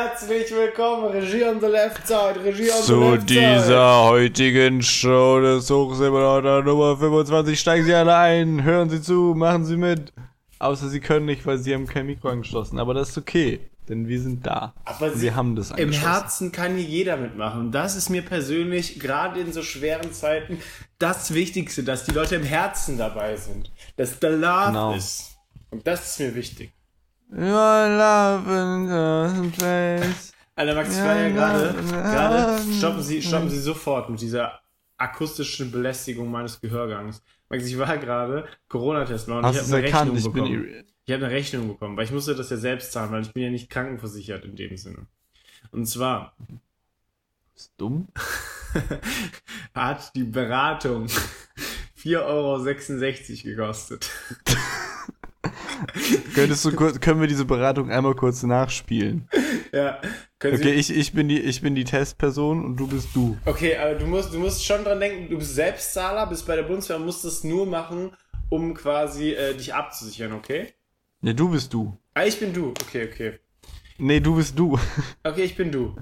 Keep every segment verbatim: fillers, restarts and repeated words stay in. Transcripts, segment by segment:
Herzlich willkommen, Regie on the left side, Regie on Zu the left side. dieser heutigen Show des Hochseemann Nummer fünfundzwanzig steigen Sie alle ein, hören Sie zu, machen Sie mit. Außer Sie können nicht, weil Sie haben kein Mikro angeschlossen, aber das ist okay, denn wir sind da. Aber Sie, wir haben das Im angeschlossen. Herzen kann hier jeder mitmachen. Und das ist mir persönlich, gerade in so schweren Zeiten, das Wichtigste, dass die Leute im Herzen dabei sind. Dass der Love Genau. ist. Und das ist mir wichtig. Your love in place. Alter, Max, ich Ja, war ja gerade, ja, gerade, ja. stoppen Sie, stoppen Sie sofort mit dieser akustischen Belästigung meines Gehörgangs. Max, ich war gerade Corona-Test machen und Hast ich du es habe eine erkannt? Rechnung Ich bin bekommen. irri- Ich habe eine Rechnung bekommen, weil ich musste das ja selbst zahlen, weil ich bin ja nicht krankenversichert in dem Sinne. Und zwar Bist du dumm? hat die Beratung vier Euro sechsundsechzig gekostet. Könntest du kurz, können wir diese Beratung einmal kurz nachspielen? Ja, können Okay, Sie, ich, ich, bin die, ich bin die Testperson und du bist du. okay, aber du musst, du musst schon dran denken, du bist Selbstzahler, bist bei der Bundeswehr und musst das nur machen, um quasi äh, dich abzusichern, okay? Ne, du bist du. Ah, ich bin du. Okay, okay. Nee, du bist du. Okay, ich bin du.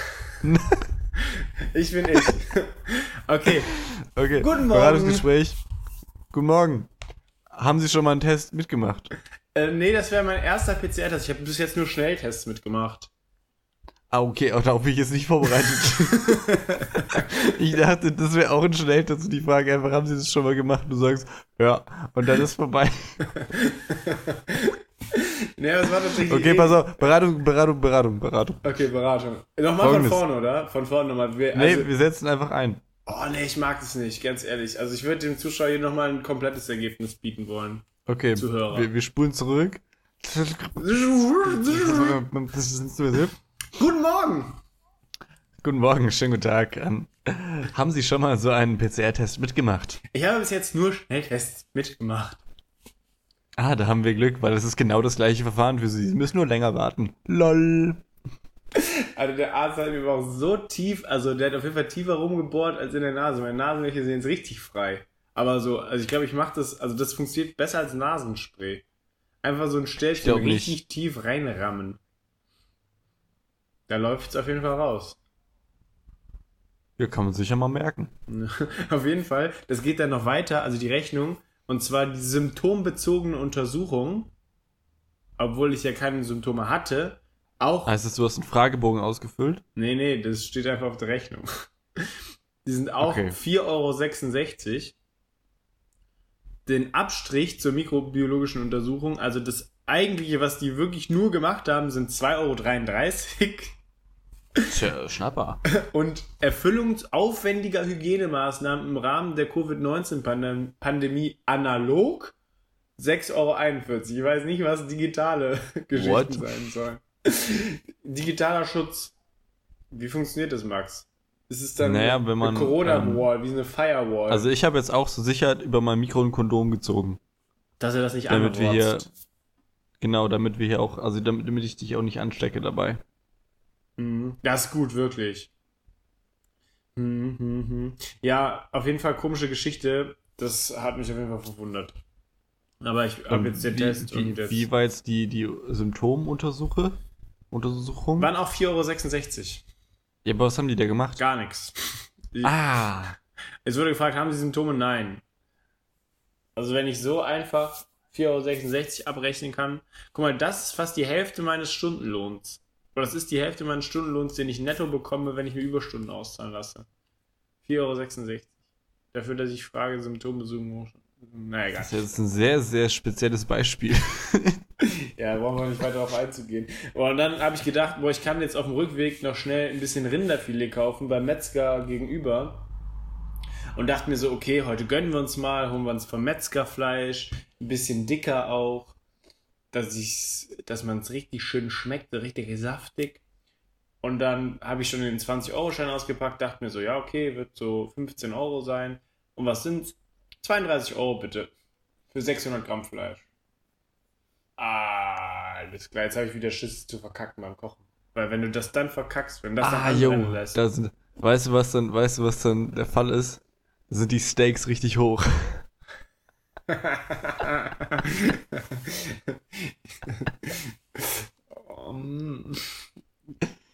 Ich bin ich. Okay. Okay. Guten Morgen. Beratungsgespräch. Guten Morgen. Haben Sie schon mal einen Test mitgemacht? Äh, nee, das wäre mein erster P C R-Test. Ich habe bis jetzt nur Schnelltests mitgemacht. Ah, okay, auch darauf bin ich jetzt nicht vorbereitet. Ich dachte, das wäre auch ein Schnelltest. Die Frage einfach, haben Sie das schon mal gemacht? Du sagst, ja, und dann ist vorbei. Nee, aber es war tatsächlich... Okay, eh- pass auf. Beratung, Beratung, Beratung, Beratung. Okay, Beratung. Nochmal von Folgendes. vorne, oder? Von vorne nochmal. Wir- Nee, Also, wir setzen einfach ein. oh, nee, ich mag das nicht, ganz ehrlich. Also ich würde dem Zuschauer hier nochmal ein komplettes Ergebnis bieten wollen. Okay, Zuhörer. wir, wir spulen zurück. Guten Morgen! Guten Morgen, schönen guten Tag. Ähm, haben Sie schon mal so einen P C R-Test mitgemacht? Ich habe bis jetzt nur Schnelltests mitgemacht. Ah, da haben wir Glück, weil das ist genau das gleiche Verfahren für Sie. Sie müssen nur länger warten. Lol. Also der Arzt hat mir aber auch so tief, also der hat auf jeden Fall tiefer rumgebohrt als in der Nase. Meine Nasenlöcher sind jetzt richtig frei. Aber so, also ich glaube, ich mache das, also das funktioniert besser als Nasenspray. Einfach so ein Stäbchen glaub richtig nicht. tief reinrammen. Da läuft es auf jeden Fall raus. Ja, kann man sicher mal merken. Auf jeden Fall, das geht dann noch weiter, also die Rechnung, und zwar die symptombezogene Untersuchung, obwohl ich ja keine Symptome hatte, auch... Heißt das, du hast einen Fragebogen ausgefüllt? Nee, nee, das steht einfach auf der Rechnung. Die sind auch Okay. vier Euro sechsundsechzig. Den Abstrich zur mikrobiologischen Untersuchung, also das eigentliche, was die wirklich nur gemacht haben, sind zwei Euro dreiunddreißig. Tja, Schnapper. Und Erfüllung aufwendiger Hygienemaßnahmen im Rahmen der Covid neunzehn Pandemie analog sechs Euro einundvierzig. Ich weiß nicht, was digitale Geschichten What? sein sollen. Digitaler Schutz. Wie funktioniert das, Max? Ist es dann Naja, wenn man, eine Corona-Wall, wie eine Firewall, Also ich habe jetzt auch zur Sicherheit über mein Mikro ein Kondom gezogen. dass er das nicht Damit wir hier, anrotzt? genau, damit wir hier auch, also damit, damit ich dich auch nicht anstecke dabei. Mhm. Das ist gut, wirklich. Mhm, mhm, mhm. Ja, auf jeden Fall komische Geschichte. Das hat mich auf jeden Fall verwundert. Aber ich habe Und jetzt den wie, Test wie, und jetzt... wie war jetzt die, die Symptomuntersuche? Untersuchung? Waren auch vier Euro sechsundsechzig. Ja, aber was haben die da gemacht? Gar nichts. Ah, Es wurde gefragt, haben Sie Symptome? Nein. Also wenn ich so einfach vier Euro sechsundsechzig abrechnen kann. Guck mal, das ist fast die Hälfte meines Stundenlohns. Oder das ist die Hälfte meines Stundenlohns, den ich netto bekomme, wenn ich mir Überstunden auszahlen lasse. vier Euro sechsundsechzig. Dafür, dass ich frage, Symptombesuchen. Na egal. das ist jetzt ein sehr, sehr spezielles Beispiel. Ja, brauchen wir nicht weiter darauf einzugehen. Und dann habe ich gedacht, boah, ich kann jetzt auf dem Rückweg noch schnell ein bisschen Rinderfilet kaufen beim Metzger gegenüber. Und dachte mir so, okay, heute gönnen wir uns mal, holen wir uns vom Metzgerfleisch, ein bisschen dicker auch, dass ich's, dass man es richtig schön schmeckt, so richtig saftig. Und dann habe ich schon den zwanzig-Euro-Schein ausgepackt, dachte mir so, ja, okay, wird so fünfzehn Euro sein. Und was sind's? zweiunddreißig Euro bitte. Für sechshundert Gramm Fleisch. Ah, alles klar, jetzt habe ich wieder Schiss zu verkacken beim Kochen. Weil wenn du das dann verkackst, wenn das Ah, dann jo, anbrennen lässt. da sind, weißt du, was dann, weißt du, was dann der Fall ist? Da sind die Stakes richtig hoch. um,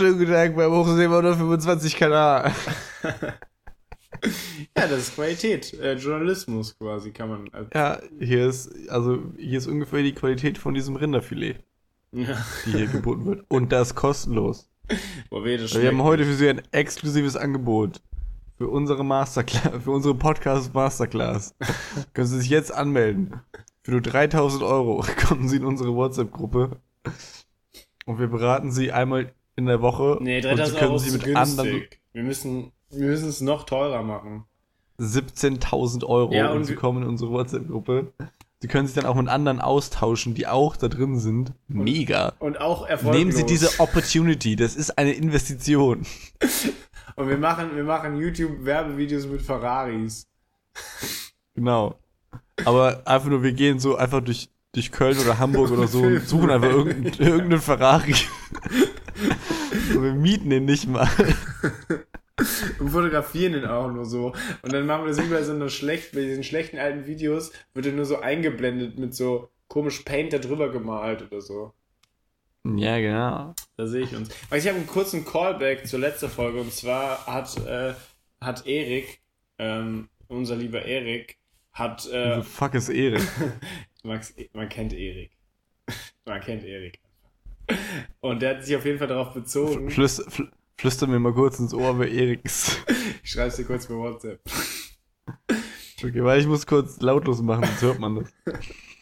schönen guten Tag beim Hochsee hundertfünfundzwanzig Kanal. Ja, das ist Qualität. Äh, Journalismus quasi kann man. Als Ja, hier ist, also hier ist ungefähr die Qualität von diesem Rinderfilet, ja. die hier geboten wird. Und das kostenlos. Boah, weh, das Wir haben schmeckt heute nicht. für Sie ein exklusives Angebot. Für unsere Masterclass, für unsere Podcast Masterclass. Können Sie sich jetzt anmelden. Für nur dreitausend Euro kommen Sie in unsere WhatsApp-Gruppe. Und wir beraten Sie einmal in der Woche. Nee, und Sie dreitausend können Euro ist Sie zu mit anderen günstig. Wir müssen, wir müssen es noch teurer machen. siebzehntausend Euro Ja, und und Sie wir- kommen in unsere WhatsApp-Gruppe. Sie können sich dann auch mit anderen austauschen, die auch da drin sind. Mega. Und auch erfolglos. Nehmen Sie diese Opportunity, das ist eine Investition. Und wir machen, wir machen YouTube-Werbevideos mit Ferraris. Genau. Aber einfach nur, wir gehen so einfach durch, durch Köln oder Hamburg oder so und suchen einfach irgendeinen, irgendeinen Ferrari. Und wir mieten den nicht mal. Und fotografieren den auch nur so. Und dann machen wir das wie bei so einer schlecht, bei diesen schlechten alten Videos, wird er nur so eingeblendet mit so komisch Paint da drüber gemalt oder so. Ja, genau. Da sehe ich uns. Aber ich habe einen kurzen Callback zur letzten Folge und zwar hat, äh, hat Erik, ähm, unser lieber Erik, hat, äh, Also fuck ist Ehre. Max, man kennt Erik. Man kennt Erik. Und der hat sich auf jeden Fall darauf bezogen. Flüster, fl flüster mir mal kurz ins Ohr, wer Erik ist. Ich schreibe es dir kurz bei WhatsApp. Okay, weil ich muss kurz lautlos machen, sonst hört man das.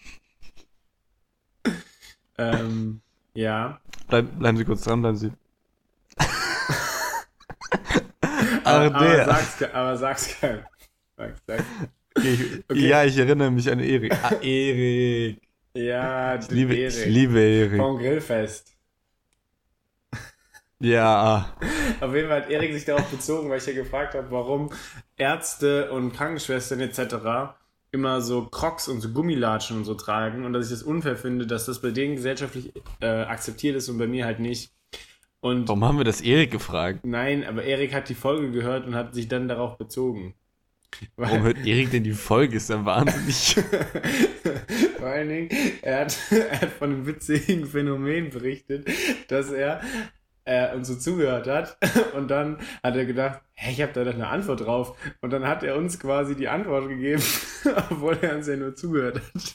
Ähm, ja. Bleib, bleiben Sie kurz dran, bleiben Sie. Ach, Aber, aber, der. sag's, ke- aber sag's keinem. Sag's, sag's. Okay, ich, Okay. Ja, ich erinnere mich an Erik. Ah, Erik. Ja, Ich liebe, Erik. ich liebe Erik. Vom Grillfest. Ja. Auf jeden Fall hat Erik sich darauf bezogen, weil ich ja gefragt habe, warum Ärzte und Krankenschwestern et cetera immer so Crocs und so Gummilatschen und so tragen und dass ich das unfair finde, dass das bei denen gesellschaftlich äh, akzeptiert ist und bei mir halt nicht. Und Warum haben wir das Erik gefragt? nein, aber Erik hat die Folge gehört und hat sich dann darauf bezogen. Warum hört Erik denn die Folge? Ist ja wahnsinnig. Vor allen Dingen, er hat, er hat von einem witzigen Phänomen berichtet, dass er äh, uns so zugehört hat und dann hat er gedacht, hey, ich habe da doch eine Antwort drauf und dann hat er uns quasi die Antwort gegeben, obwohl er uns ja nur zugehört hat.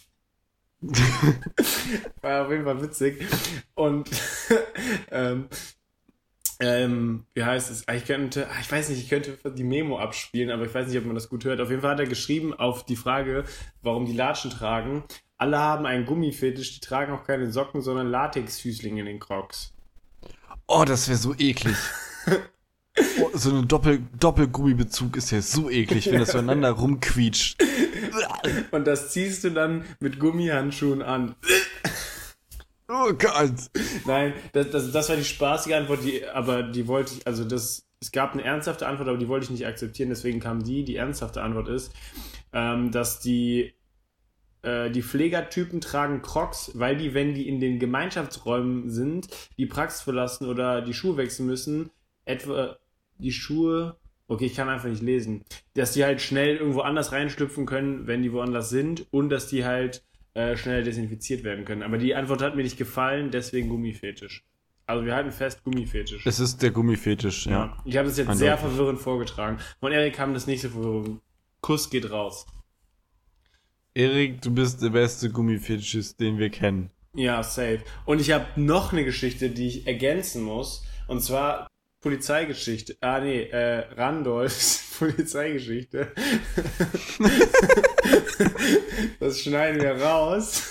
War auf jeden Fall witzig und ähm, ähm, wie heißt es? Ich könnte, ich weiß nicht, ich könnte die Memo abspielen, aber ich weiß nicht, ob man das gut hört. Auf jeden Fall hat er geschrieben auf die Frage, warum die Latschen tragen. Alle haben einen Gummifetisch, die tragen auch keine Socken, sondern Latexfüßlinge in den Crocs. Oh, das wäre so eklig. Oh, so ein Doppel Doppelgummibezug ist ja so eklig, wenn das zueinander rumquietscht. Und das ziehst du dann mit Gummihandschuhen an. Oh Gott. Nein, das, das, das war die spaßige Antwort, die, aber die wollte ich, also das, es gab eine ernsthafte Antwort, aber die wollte ich nicht akzeptieren, deswegen kam die, die ernsthafte Antwort ist, ähm, dass die, äh, die Pflegertypen tragen Crocs, weil die, wenn die in den Gemeinschaftsräumen sind, die Praxis verlassen oder die Schuhe wechseln müssen, etwa die Schuhe, okay, ich kann einfach nicht lesen, dass die halt schnell irgendwo anders reinschlüpfen können, wenn die woanders sind und dass die halt äh, schnell desinfiziert werden können. Aber die Antwort hat mir nicht gefallen, deswegen Gummifetisch. Also wir halten fest, Gummifetisch. Es ist der Gummifetisch, ja. Ja. Ich habe das jetzt Eindeutig. sehr verwirrend vorgetragen. Von Erik kam das nächste Verwirrung. Kuss geht raus. Erik, du bist der beste Gummifetischist, den wir kennen. Ja, safe. Und ich habe noch eine Geschichte, die ich ergänzen muss. Und zwar Polizeigeschichte. Ah, nee, äh, Randolphs Polizeigeschichte. Das schneiden wir raus.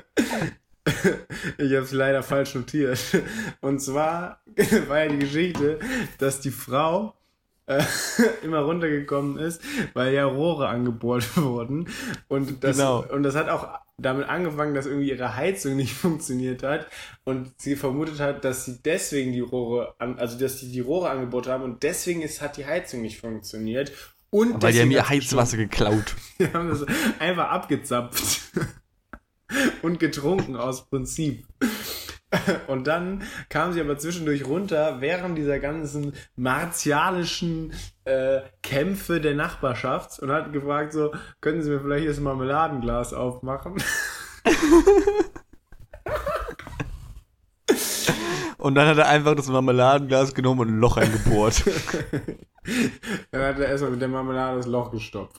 Ich habe es leider falsch notiert. Und zwar war ja die Geschichte, dass die Frau äh, immer runtergekommen ist, weil ja Rohre angebohrt wurden. Und das, Genau. und das hat auch damit angefangen, dass irgendwie ihre Heizung nicht funktioniert hat. Und sie vermutet hat, dass sie deswegen die Rohre, an, also dass die die Rohre angebohrt haben und deswegen ist, hat die Heizung nicht funktioniert. Und Weil die haben deswegen ihr hat's Heizwasser geklaut. die haben das einfach abgezapft und getrunken aus Prinzip. Und dann kam sie aber zwischendurch runter während dieser ganzen martialischen äh, Kämpfe der Nachbarschaft und hat gefragt so, können Sie mir vielleicht das Marmeladenglas aufmachen? Und dann hat er einfach das Marmeladenglas genommen und ein Loch eingebohrt. Dann hat er erstmal mit der Marmelade das Loch gestopft.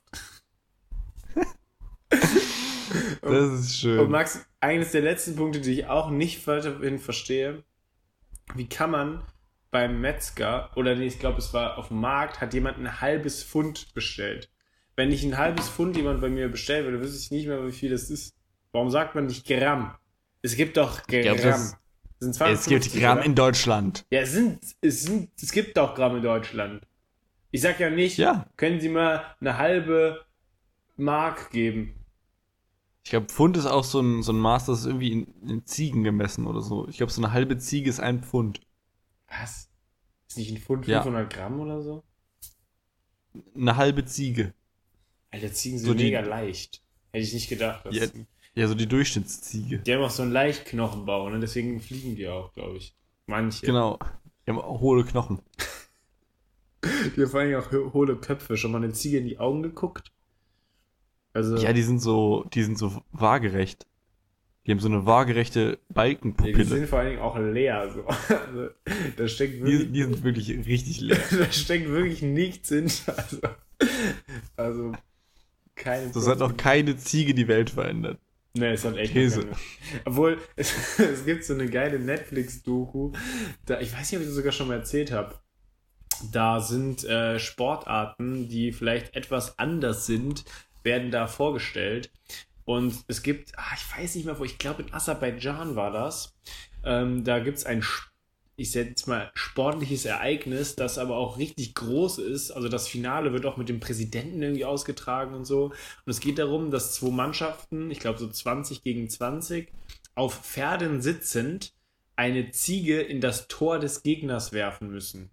Das ist schön. Und Max, eines der letzten Punkte, die ich auch nicht weiterhin verstehe, wie kann man beim Metzger, oder nee, ich glaube, es war auf dem Markt, hat jemand ein halbes Pfund bestellt. Wenn ich ein halbes Pfund jemand bei mir bestellen würde, wüsste ich nicht mehr, wie viel das ist. Warum sagt man nicht Gramm? Es gibt doch Gramm. glaub, das, sind es gibt Gramm oder? In Deutschland. Ja, es sind, es sind, es gibt doch Gramm in Deutschland. Ich sag ja nicht, ja. Können Sie mal eine halbe Mark geben? Ich glaube, Pfund ist auch so ein, so ein Maß, das ist irgendwie in, in Ziegen gemessen oder so. Ich glaube, so eine halbe Ziege ist ein Pfund. Was? Ist nicht ein Pfund ja. fünfhundert Gramm oder so? Eine halbe Ziege. Alter, Ziegen sind so mega die, leicht. Hätte ich nicht gedacht. Ja, ja, so die Durchschnittsziege. Die haben auch so einen Leichtknochenbau, ne? Deswegen fliegen die auch, glaube ich. Manche. Genau. Die haben auch hohle Knochen. Die haben vor allem auch hohle Köpfe. Schon mal eine Ziege in die Augen geguckt? Also, ja, die sind so, die sind so waagerecht. Die haben so eine waagerechte Balkenpupille. Die sind vor allen Dingen auch leer. So. Also, da steckt wirklich, die, die sind wirklich richtig leer. Da steckt wirklich nichts hinter. Also, also keine. Das hat noch keine Ziege die Welt verändert. Ne, es hat echt Käse. keine. Obwohl, es, es gibt so eine geile Netflix-Doku. Da, ich weiß nicht, ob ich das sogar schon mal erzählt habe. Da sind äh, Sportarten, die vielleicht etwas anders sind, werden da vorgestellt. Und es gibt, ach, ich weiß nicht mehr wo, ich glaube in Aserbaidschan war das. Ähm, da gibt es ein, ich sag jetzt mal, sportliches Ereignis, das aber auch richtig groß ist. Also das Finale wird auch mit dem Präsidenten irgendwie ausgetragen und so. Und es geht darum, dass zwei Mannschaften, ich glaube so zwanzig gegen zwanzig, auf Pferden sitzend eine Ziege in das Tor des Gegners werfen müssen.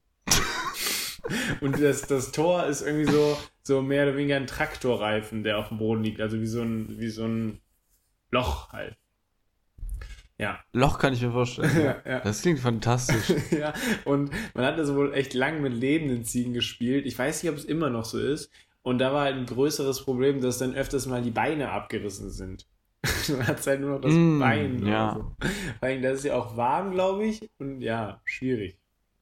Und das, das Tor ist irgendwie so, so mehr oder weniger ein Traktorreifen, der auf dem Boden liegt. Also wie so ein, wie so ein Loch halt. Ja. Loch kann ich mir vorstellen. ja, ja. Das klingt fantastisch. ja, und man hat das wohl echt lang mit lebenden Ziegen gespielt. Ich weiß nicht, ob es immer noch so ist. Und da war halt ein größeres Problem, dass dann öfters mal die Beine abgerissen sind. Man hat halt nur noch das mm, Bein. Ja. Oder so. Weil das ist ja auch warm, glaube ich. Und ja, schwierig.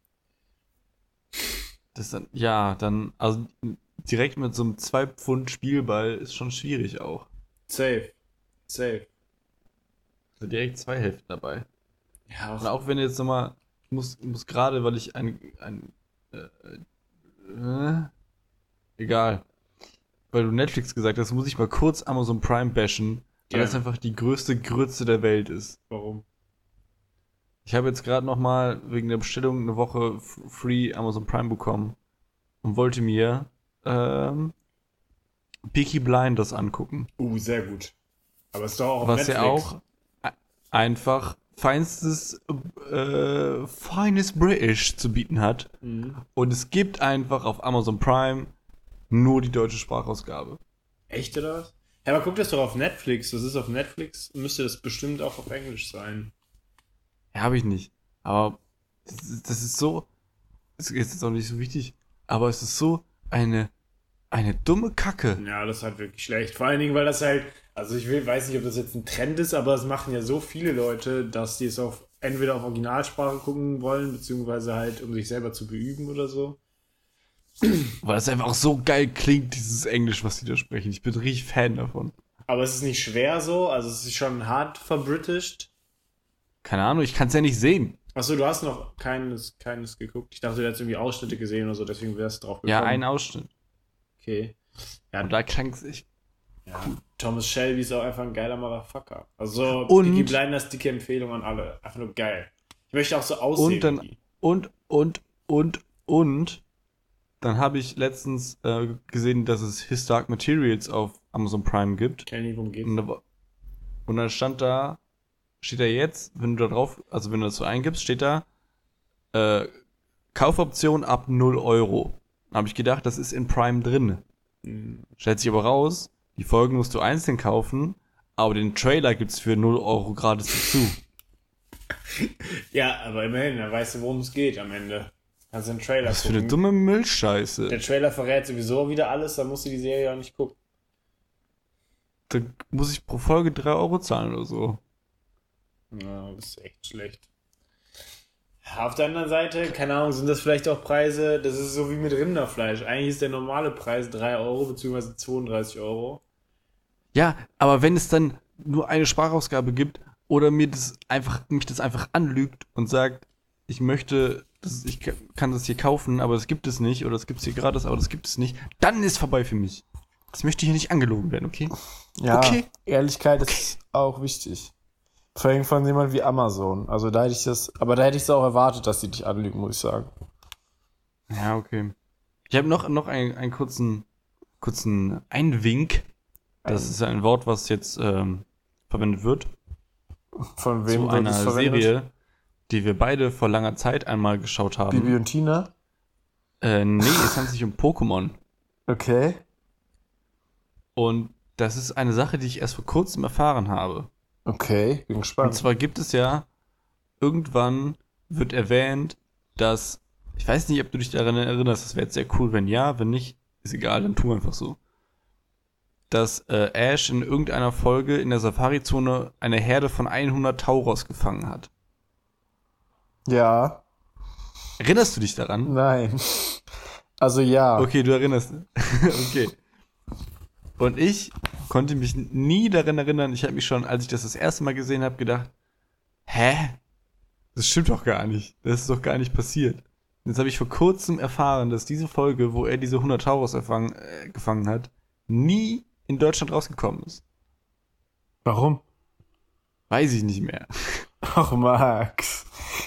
Das dann, ja, dann, also direkt mit so einem zwei Pfund Spielball ist schon schwierig auch. Safe. Safe. Also direkt zwei Hälften dabei. Ja, auch. Und auch wenn jetzt nochmal, ich muss, muss gerade, weil ich ein, ein äh, äh, egal. Weil du Netflix gesagt hast, muss ich mal kurz Amazon Prime bashen, weil Ja. das einfach die größte Grütze der Welt ist. Warum? Ich habe jetzt gerade nochmal wegen der Bestellung eine Woche f- free Amazon Prime bekommen und wollte mir ähm, Peaky Blinders angucken. Uh, sehr gut. Aber es ist doch auch auf Was Netflix. ja auch e- einfach feinstes, äh, feines British zu bieten hat. Mhm. Und es gibt einfach auf Amazon Prime nur die deutsche Sprachausgabe. Echt, oder was? Ja, aber guck das doch auf Netflix. Das ist auf Netflix. Müsste das bestimmt auch auf Englisch sein. Ja, habe ich nicht. Aber das ist, das ist so, das ist jetzt auch nicht so wichtig, aber es ist so eine, eine dumme Kacke. Ja, das ist halt wirklich schlecht. Vor allen Dingen, weil das halt, also ich will, weiß nicht, ob das jetzt ein Trend ist, aber es machen ja so viele Leute, dass die es auf entweder auf Originalsprache gucken wollen, beziehungsweise halt, um sich selber zu beüben oder so. Weil das einfach so geil klingt, dieses Englisch, was die da sprechen. Ich bin richtig Fan davon. Aber es ist nicht schwer so, also es ist schon hart verbritished. Keine Ahnung, ich kann es ja nicht sehen. Achso, du hast noch keines, keines geguckt. Ich dachte, du hättest irgendwie Ausschnitte gesehen oder so, deswegen wärst du drauf gekommen. Ja, ein Ausschnitt. Okay. Ja, Und da klang es echt. ja. Thomas Shelby ist auch einfach ein geiler Motherfucker. Also, Und- Peaky Blinders, dicke Empfehlung an alle. Einfach nur geil. Ich möchte auch so aussehen Und dann, wie die. und, und, und, und, dann habe ich letztens äh, gesehen, dass es His Dark Materials auf Amazon Prime gibt. Kenn ich nicht, worum geht's. Und, da, war- und dann stand da, steht da jetzt, wenn du da drauf, also wenn du das so eingibst, steht da, äh, Kaufoption ab null Euro. Dann habe ich gedacht, das ist in Prime drin. Hm. Stellt sich aber raus, die Folgen musst du einzeln kaufen, aber den Trailer gibt's für null Euro gratis dazu. Ja, aber immerhin, dann weißt du, worum es geht am Ende. Kannst du den Trailer Was für gucken. eine dumme Müllscheiße. Der Trailer verrät sowieso wieder alles, dann musst du die Serie auch nicht gucken. Da muss ich pro Folge drei Euro zahlen oder so. Ja, das ist echt schlecht. Auf der anderen Seite, keine Ahnung, sind das vielleicht auch Preise, das ist so wie mit Rinderfleisch. Eigentlich ist der normale Preis drei Euro bzw. zweiunddreißig Euro. Ja, aber wenn es dann nur eine Sprachausgabe gibt oder mir das einfach, mich das einfach anlügt und sagt, ich möchte, das, ich kann das hier kaufen, aber das gibt es nicht, oder das gibt es hier gratis, aber das gibt es nicht, dann ist vorbei für mich. Das möchte hier nicht angelogen werden, okay? Ja, okay. Ehrlichkeit okay. ist auch wichtig. Vor allem von jemand wie Amazon. Also da hätte ich das, aber da hätte ich es auch erwartet, dass die dich anlügen, muss ich sagen. Ja, okay. Ich habe noch, noch einen, einen kurzen, kurzen Einwink. Das Ein- ist ein Wort, was jetzt ähm, verwendet wird. Von wem Zu wird einer es verwendet? Serie, die wir beide vor langer Zeit einmal geschaut haben. Bibi und Tina? Äh, nee, es handelt sich um Pokémon. Okay. Und das ist eine Sache, die ich erst vor kurzem erfahren habe. Okay, bin Und gespannt. zwar gibt es ja, irgendwann wird erwähnt, dass, ich weiß nicht, ob du dich daran erinnerst, das wäre jetzt sehr cool, wenn ja, wenn nicht, ist egal, dann tu einfach so. Dass äh, Ash in irgendeiner Folge in der Safari-Zone eine Herde von hundert Tauros gefangen hat. Ja. Erinnerst du dich daran? Nein. Also ja. Okay, du erinnerst. Okay. Und ich konnte mich nie daran erinnern, ich habe mich schon, als ich das das erste Mal gesehen habe, gedacht, hä? Das stimmt doch gar nicht. Das ist doch gar nicht passiert. Und jetzt habe ich vor kurzem erfahren, dass diese Folge, wo er diese hundert Tauros erfangen, äh, gefangen hat, nie in Deutschland rausgekommen ist. Warum? Weiß ich nicht mehr. Ach, Max.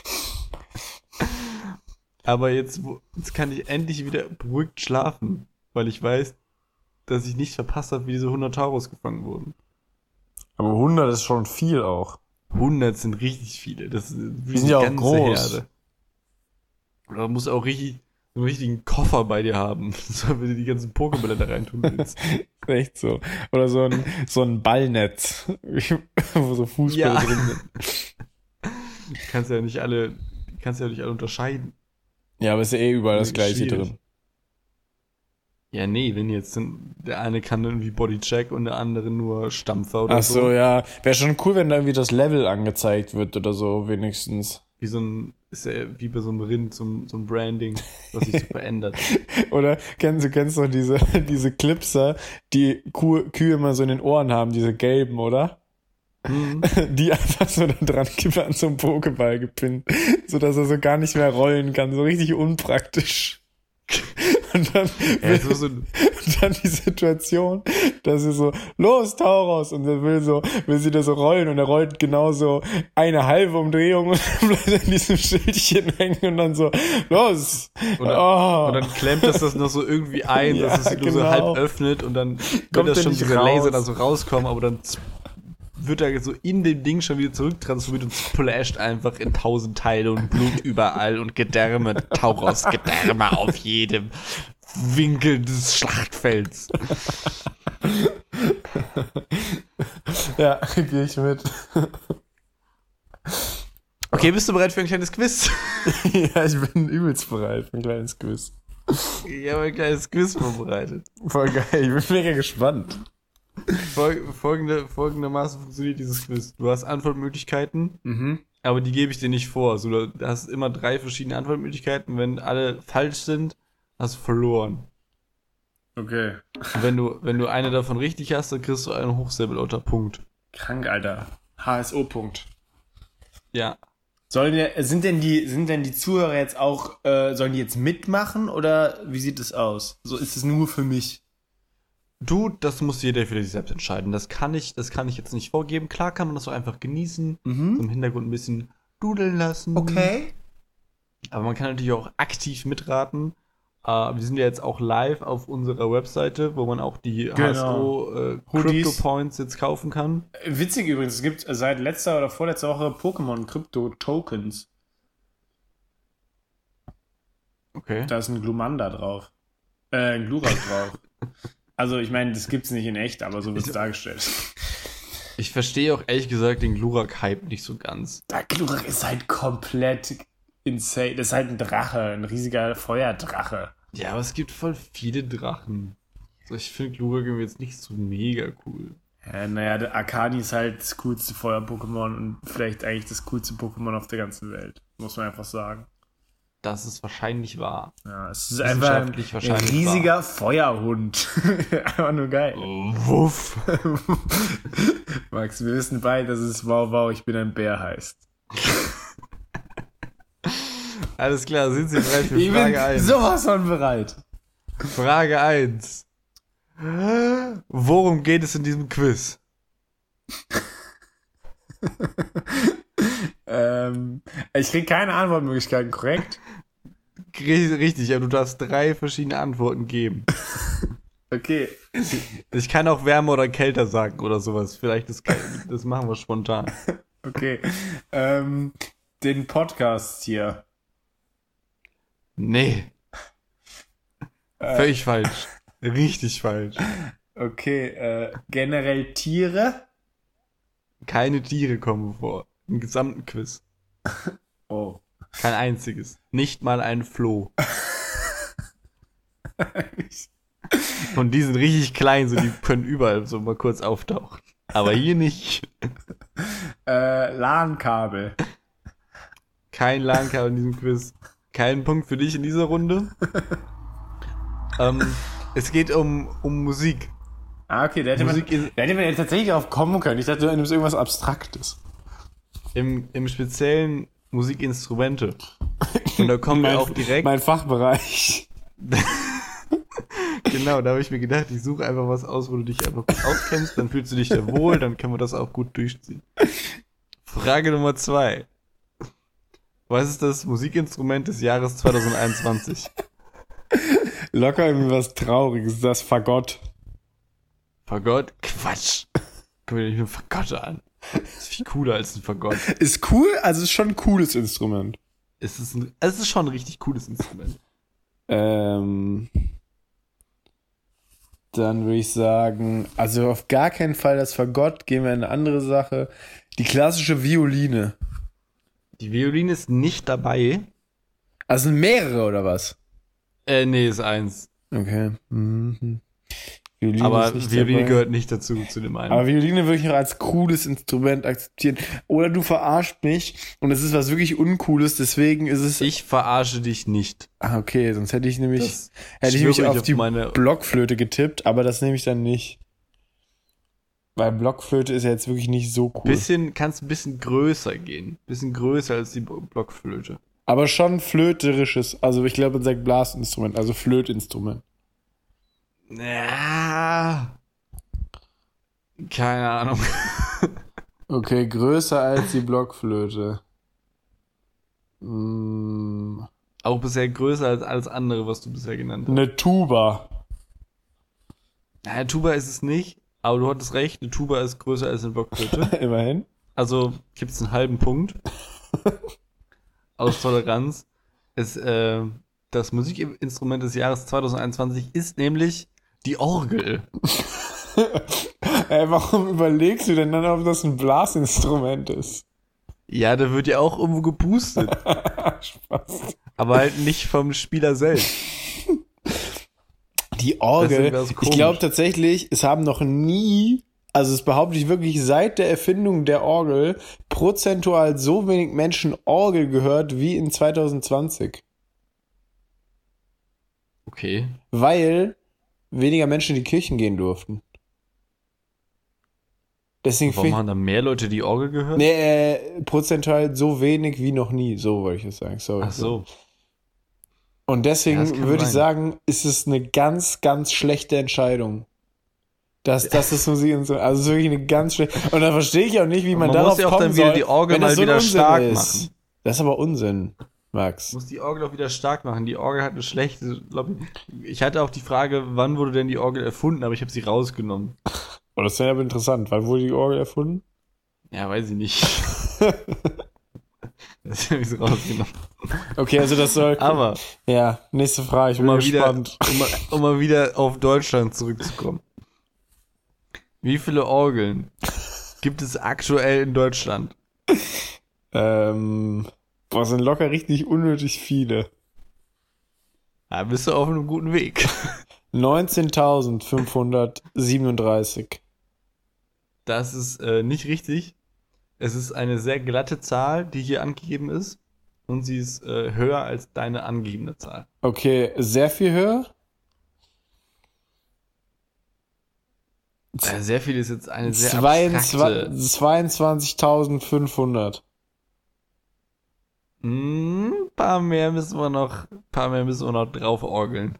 Aber jetzt, wo- jetzt kann ich endlich wieder beruhigt schlafen, weil ich weiß, dass ich nicht verpasst habe, wie diese hundert Tauros gefangen wurden. Aber hundert ist schon viel auch. hundert sind richtig viele. Das ist wie Die sind ja auch eine ganze groß. Herde. Oder du musst auch richtig, so einen richtigen Koffer bei dir haben, so, wenn du die ganzen Pokébälle da reintun willst. Echt so. Oder so ein, so ein Ballnetz, wo so Fußbälle Ja. drin sind. Du kannst ja nicht alle, kannst ja nicht alle unterscheiden. Ja, aber ist ja eh überall das Gleiche Schwierig. drin. Ja, nee, wenn jetzt sind, der eine kann irgendwie Bodycheck und der andere nur Stampfer oder Ach so. so, ja. Wäre schon cool, wenn da irgendwie das Level angezeigt wird oder so, wenigstens. Wie so ein, ist ja wie bei so einem Rind, so ein, so ein Branding, was sich so verändert. Oder kennst du kennst doch diese, diese Clipser, die Kuh, Kühe immer so in den Ohren haben, diese gelben, oder? Hm. Die einfach so da dran kippen an so einem Pokéball gepinnt, sodass er so gar nicht mehr rollen kann, so richtig unpraktisch. Und dann, Ja, so, so ein, dann die Situation, dass sie so, los, Tauros, und er will so, will sie da so rollen und er rollt genau so eine halbe Umdrehung und dann bleibt er in diesem Schildchen hängen und dann so, los, und, dann, oh. und dann klemmt das das noch so irgendwie ein, Ja, dass es sich nur so genau. halb öffnet und dann Kommt wird das er schon nicht diese raus. Laser da so rauskommen, aber dann z- wird er so in dem Ding schon wieder zurücktransformiert und splasht einfach in tausend Teile und Blut überall und Gedärme, Tauros Gedärme auf jedem Winkel des Schlachtfelds. Ja, gehe ich mit. Okay, bist du bereit für ein kleines Quiz? Ja, ich bin übelst bereit für ein kleines Quiz. Ich habe ein kleines Quiz vorbereitet. Voll geil, ich bin mega gespannt. Fol- folgende, folgendermaßen funktioniert dieses Quiz. Du hast Antwortmöglichkeiten, Mhm. aber die gebe ich dir nicht vor. Also, du hast immer drei verschiedene Antwortmöglichkeiten. Wenn alle falsch sind, hast du verloren. Okay. Und wenn du, wenn du eine davon richtig hast, dann kriegst du einen Hochsäbelauter Punkt. Krank, Alter. H S O-Punkt. Ja. Sollen wir, sind denn die, sind denn die Zuhörer jetzt auch, äh, sollen die jetzt mitmachen oder wie sieht es aus? So ist es nur für mich. Du, das muss jeder für sich selbst entscheiden. Das kann ich, das kann ich jetzt nicht vorgeben. Klar kann man das so einfach genießen, so im Hintergrund ein bisschen dudeln lassen. Okay. Aber man kann natürlich auch aktiv mitraten. Äh, wir sind ja jetzt auch live auf unserer Webseite, wo man auch die H S O äh, Hoodies. Crypto Points jetzt kaufen kann. Witzig übrigens, es gibt seit letzter oder vorletzter Woche Pokémon Crypto Tokens. Okay. Da ist ein Glumanda drauf. Äh, ein Glurak drauf. Also ich meine, das gibt's nicht in echt, aber so wird's dargestellt. Ich verstehe auch ehrlich gesagt den Glurak-Hype nicht so ganz. Der Glurak ist halt komplett insane. Das ist halt ein Drache, ein riesiger Feuerdrache. Ja, aber es gibt voll viele Drachen. So, ich finde Glurak irgendwie jetzt nicht so mega cool. Ja, naja, der Arcani ist halt das coolste Feuer-Pokémon und vielleicht eigentlich das coolste Pokémon auf der ganzen Welt. muss man einfach sagen. Das ist wahrscheinlich wahr. Ja, es ist einfach ein Wissenschaftlich wahrscheinlich riesiger Feuerhund. Einfach nur geil. Wuff. Max, wir wissen beide, dass es Wow Wow, ich bin ein Bär heißt. Alles klar, sind Sie bereit für Ich Frage bin eins? sowas von bereit. Frage eins. Worum geht es in diesem Quiz? ähm, ich krieg keine Antwortmöglichkeiten, korrekt? Richtig, aber du darfst drei verschiedene Antworten geben. Okay. Ich kann auch wärmer oder kälter sagen oder sowas. Vielleicht das, das machen wir spontan. Okay. Ähm, den Podcast hier. Nee. Äh, Völlig falsch. Richtig falsch. Okay, äh, generell Tiere. Keine Tiere kommen vor. Im gesamten Quiz. Oh. Kein einziges. Nicht mal ein Floh. Und die sind richtig klein, so die können überall so mal kurz auftauchen. Aber hier nicht. Äh, LAN-Kabel. Kein LAN-Kabel in diesem Quiz. Kein Punkt für dich in dieser Runde. ähm, es geht um, um Musik. Ah, okay, da hätte, Musik man, ist- da hätte man jetzt tatsächlich drauf kommen können. Ich dachte, du nimmst irgendwas Abstraktes. Im, im speziellen Musikinstrumente. Und da kommen wir Mein- auch direkt. Mein Fachbereich. Genau, da habe ich mir gedacht, ich suche einfach was aus, wo du dich einfach gut auskennst, dann fühlst du dich da wohl, dann können wir das auch gut durchziehen. Frage Nummer zwei. Was ist das Musikinstrument des Jahres zwanzig einundzwanzig? Locker irgendwie was Trauriges, das Fagott. Fagott? Quatsch. Guck mir nicht nur Fagotte an. Das ist viel cooler als ein Fagott. Ist cool, also ist schon ein cooles Instrument. Es ist, ein, es ist schon ein richtig cooles Instrument. Ähm, dann würde ich sagen, also auf gar keinen Fall das Fagott, gehen wir in eine andere Sache. Die klassische Violine. Die Violine ist nicht dabei. Also sind mehrere oder was? Äh, nee, ist eins. Okay. Mhm. Violine Aber ist nicht Violine dabei. gehört nicht dazu, zu dem einen. Aber Violine würde ich noch als cooles Instrument akzeptieren. Oder du verarscht mich und es ist was wirklich Uncooles, deswegen ist es. Ich verarsche dich nicht. Ah, okay, sonst hätte ich nämlich, Das hätte ich schwöre mich auf die meine... Blockflöte getippt, aber das nehme ich dann nicht. Weil Blockflöte ist ja jetzt wirklich nicht so cool. Bisschen, kannst ein bisschen größer gehen. Bisschen größer als die Blockflöte. Aber schon flöterisches, also ich glaube, man sagt Blasinstrument, also Flötinstrument. Ja. Keine Ahnung. Okay, größer als die Blockflöte. Mm, Auch bisher größer als alles andere, was du bisher genannt hast. eine Tuba. Naja, Tuba ist es nicht, aber du hattest recht, eine Tuba ist größer als eine Blockflöte. Immerhin. Also gibt es einen halben Punkt. Aus Toleranz. Es, äh, das Musikinstrument des Jahres zwanzig einundzwanzig ist nämlich die Orgel. Ey, warum überlegst du denn dann, ob das ein Blasinstrument ist? Ja, da wird ja auch irgendwo gepustet. Spaß. Aber halt nicht vom Spieler selbst. Die Das Orgel, ist ganz ich komisch. glaube tatsächlich, es haben noch nie, also es behaupte ich wirklich seit der Erfindung der Orgel, prozentual so wenig Menschen Orgel gehört wie in zwanzig zwanzig. Okay. Weil weniger Menschen in die Kirchen gehen durften. Deswegen Warum finde haben da mehr Leute die Orgel gehört? Nee, äh, prozentual so wenig wie noch nie, so wollte ich es sagen. Sorry. Ach so. Und deswegen Ja, das kann würde ich sein. sagen, ist es eine ganz, ganz schlechte Entscheidung. Dass das ist Musik und so. Also es ist wirklich eine ganz schlechte. Und dann verstehe ich auch nicht, wie man, Man darauf muss ja auch kommen dann wieder soll, die Orgel wenn das mal so ein wieder Unsinn stark ist. machen. Das ist aber Unsinn, Max. Muss die Orgel auch wieder stark machen. Die Orgel hat eine schlechte Lobby. Ich hatte auch die Frage, wann wurde denn die Orgel erfunden, aber ich habe sie rausgenommen. Oh, das wäre aber interessant. Wann wurde die Orgel erfunden? Ja, weiß ich nicht. Das habe ich so rausgenommen. Okay, also das soll. Aber, Ja, nächste Frage. Ich um bin mal, wieder, gespannt. um, mal, um mal wieder auf Deutschland zurückzukommen. Wie viele Orgeln gibt es aktuell in Deutschland? Ähm, boah, sind locker richtig unnötig viele. Da bist du auf einem guten Weg. neunzehntausendfünfhundertsiebenunddreißig. Das ist äh, nicht richtig. Es ist eine sehr glatte Zahl, die hier angegeben ist. und sie ist äh, höher als deine angegebene Zahl. Okay, sehr viel höher? Äh, sehr viel ist jetzt eine sehr abstrakte... zweiundzwanzigtausendfünfhundert. Ein paar mehr müssen wir noch, paar mehr müssen wir noch drauf orgeln.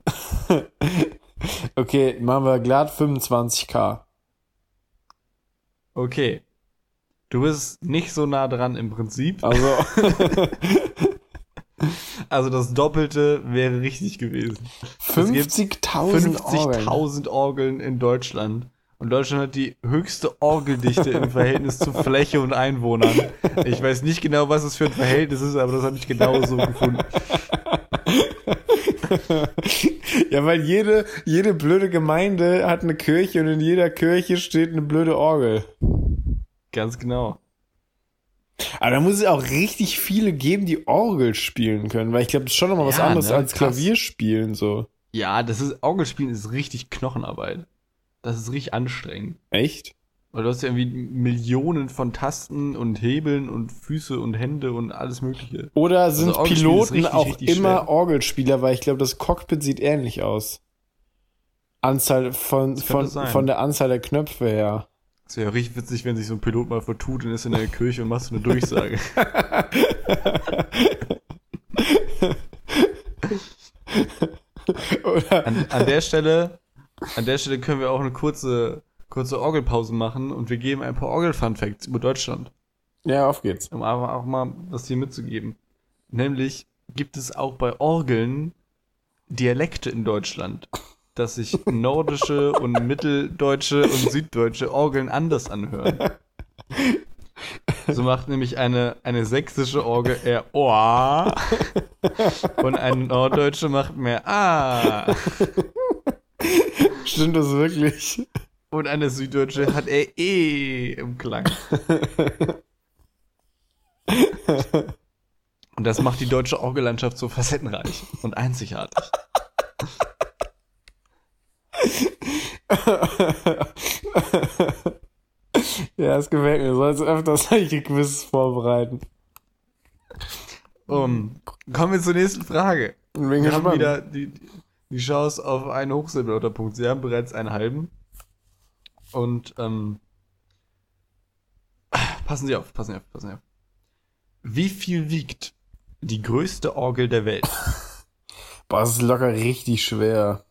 Okay, machen wir glatt fünfundzwanzigtausend. Okay. Du bist nicht so nah dran im Prinzip. Also. Also das Doppelte wäre richtig gewesen. fünfzigtausend Orgeln. fünfzigtausend Orgeln in Deutschland. Und Deutschland hat die höchste Orgeldichte im Verhältnis zu Fläche und Einwohnern. Ich weiß nicht genau, was es für ein Verhältnis ist, aber das habe ich genau so gefunden. Ja, weil jede, jede blöde Gemeinde hat eine Kirche und in jeder Kirche steht eine blöde Orgel. Ganz genau. Aber da muss es auch richtig viele geben, die Orgel spielen können, weil ich glaube, das ist schon nochmal was Ja, anderes ne, als krass. Klavierspielen, so. Ja, das ist, Orgelspielen ist richtig Knochenarbeit. Das ist richtig anstrengend. Echt? Weil du hast ja irgendwie Millionen von Tasten und Hebeln und Füße und Hände und alles Mögliche. Oder sind Also Orgelspielen ist Piloten richtig, auch richtig immer schwer. Orgelspieler, weil ich glaube, das Cockpit sieht ähnlich aus. Anzahl von, Das könnte von, sein. von der Anzahl der Knöpfe her. Das wäre ja richtig witzig, wenn sich so ein Pilot mal vertut und ist in der Kirche und machst so eine Durchsage. Oder An, an der Stelle, an der Stelle können wir auch eine kurze, kurze Orgelpause machen und wir geben ein paar Orgel-Fun-Facts über Deutschland, ja, auf geht's. um aber auch mal was hier mitzugeben. Nämlich gibt es auch bei Orgeln Dialekte in Deutschland, dass sich nordische und mitteldeutsche und süddeutsche Orgeln anders anhören. So macht nämlich eine, eine sächsische Orgel eher Oa und eine norddeutsche macht mehr A. Stimmt das wirklich? Und eine süddeutsche hat eher E im Klang. Und das macht die deutsche Orgellandschaft so facettenreich und einzigartig. Ja, es gefällt mir. Du sollst öfter solche Quizzes vorbereiten. Um, kommen wir zur nächsten Frage. Bin Wir haben gespannt. wieder die, die Chance auf einen Hochsilberlotterpunkt. Sie haben bereits einen halben. Und ähm, passen Sie auf, passen Sie auf, passen Sie auf. Wie viel wiegt die größte Orgel der Welt? Boah, das ist locker richtig schwer.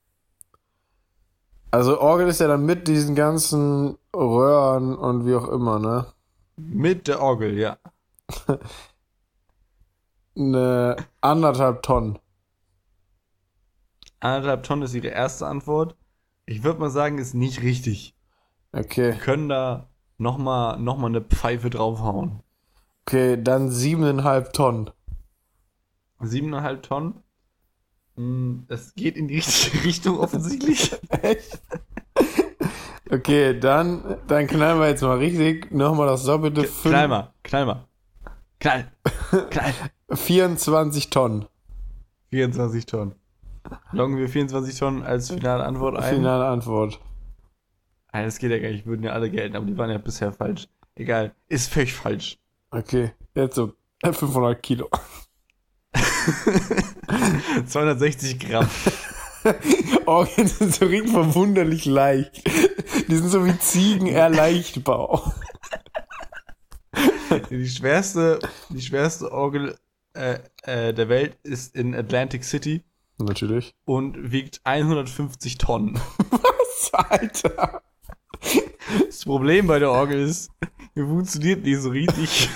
Also Orgel ist ja dann mit diesen ganzen Röhren und wie auch immer, ne? Mit der Orgel, ja. Eine anderthalb Tonnen. Anderthalb Tonnen ist Ihre erste Antwort. Ich würde mal sagen, ist nicht richtig. Okay. Wir können da nochmal noch mal eine Pfeife draufhauen. Okay, dann siebeneinhalb Tonnen. Siebeneinhalb Tonnen. Hm, Das geht in die richtige Richtung offensichtlich. Echt? Okay, dann, dann knallen wir jetzt mal richtig. Nochmal das doppelte. fünf- Knall mal, knall mal. Knall, knall. vierundzwanzig Tonnen. vierundzwanzig Tonnen. Loggen wir vierundzwanzig Tonnen als finale Antwort ein? Finale Antwort. Nein, das geht ja gar nicht. Würden ja alle gelten, aber die waren ja bisher falsch. Egal. Ist völlig falsch. Okay, jetzt so fünfhundert Kilo. zweihundertsechzig Gramm. Orgeln sind so richtig verwunderlich leicht. Die sind so wie Ziegen eher Leichtbau. Die schwerste, die schwerste Orgel äh, äh, der Welt ist in Atlantic City Natürlich. und wiegt hundertfünfzig Tonnen. Was, Alter? Das Problem bei der Orgel ist, die funktioniert nicht so richtig.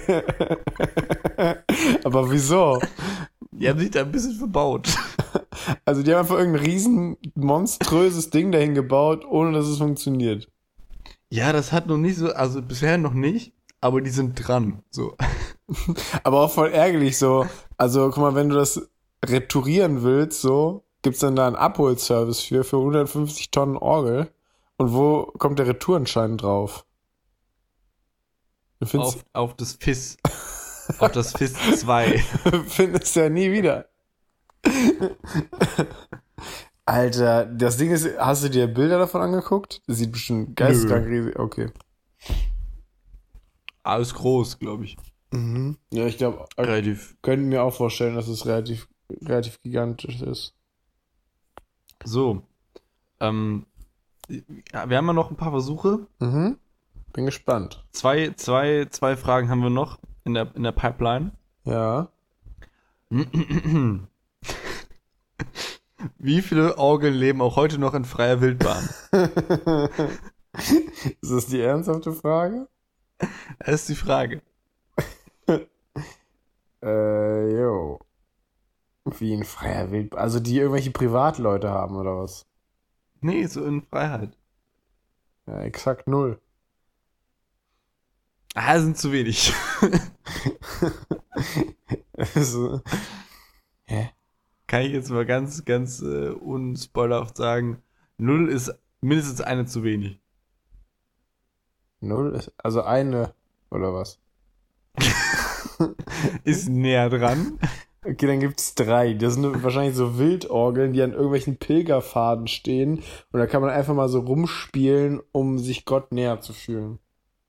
Aber wieso? Die haben sich da ein bisschen verbaut. Also die haben einfach irgendein riesen monströses Ding dahin gebaut, ohne dass es funktioniert. Ja, das hat noch nicht so, also bisher noch nicht, aber die sind dran. So. Aber auch voll ärgerlich so. Also guck mal, wenn du das retourieren willst, so, gibt's dann da einen Abholservice für, für hundertfünfzig Tonnen Orgel. Und wo kommt der Retourenschein drauf? Du findest, Auf, auf das F I S. Auf das F I S zwei. findest ja nie wieder. Alter, das Ding ist, hast du dir Bilder davon angeguckt? Das sieht bestimmt geisteskrank riesig. Okay. Alles groß, glaube ich. Mhm. Ja, ich glaube, Relativ. können mir auch vorstellen, dass es relativ, relativ gigantisch ist. So. Ähm, ja, wir haben ja noch ein paar Versuche. Mhm. Bin gespannt. Zwei, zwei, zwei Fragen haben wir noch in der, in der Pipeline. Ja. Wie viele Orgeln leben auch heute noch in freier Wildbahn? Ist das die ernsthafte Frage? Das ist die Frage. Äh, jo. Wie in freier Wildbahn. Also die irgendwelche Privatleute haben, oder was? Nee, so in Freiheit. Ja, exakt null. Ah, das sind zu wenig. Also, hä? Kann ich jetzt mal ganz, ganz äh, unspoilerhaft sagen, null ist mindestens eine zu wenig. Null ist, also eine, oder was? Ist näher dran. Okay, dann gibt's drei. Das sind wahrscheinlich so Wildorgeln, die an irgendwelchen Pilgerpfaden stehen. Und da kann man einfach mal so rumspielen, um sich Gott näher zu fühlen.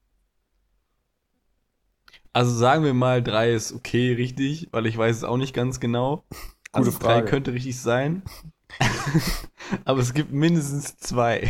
Also sagen wir mal, drei ist okay, richtig, weil ich weiß es auch nicht ganz genau. Also Gute drei Frage. könnte richtig sein. Aber es gibt mindestens zwei.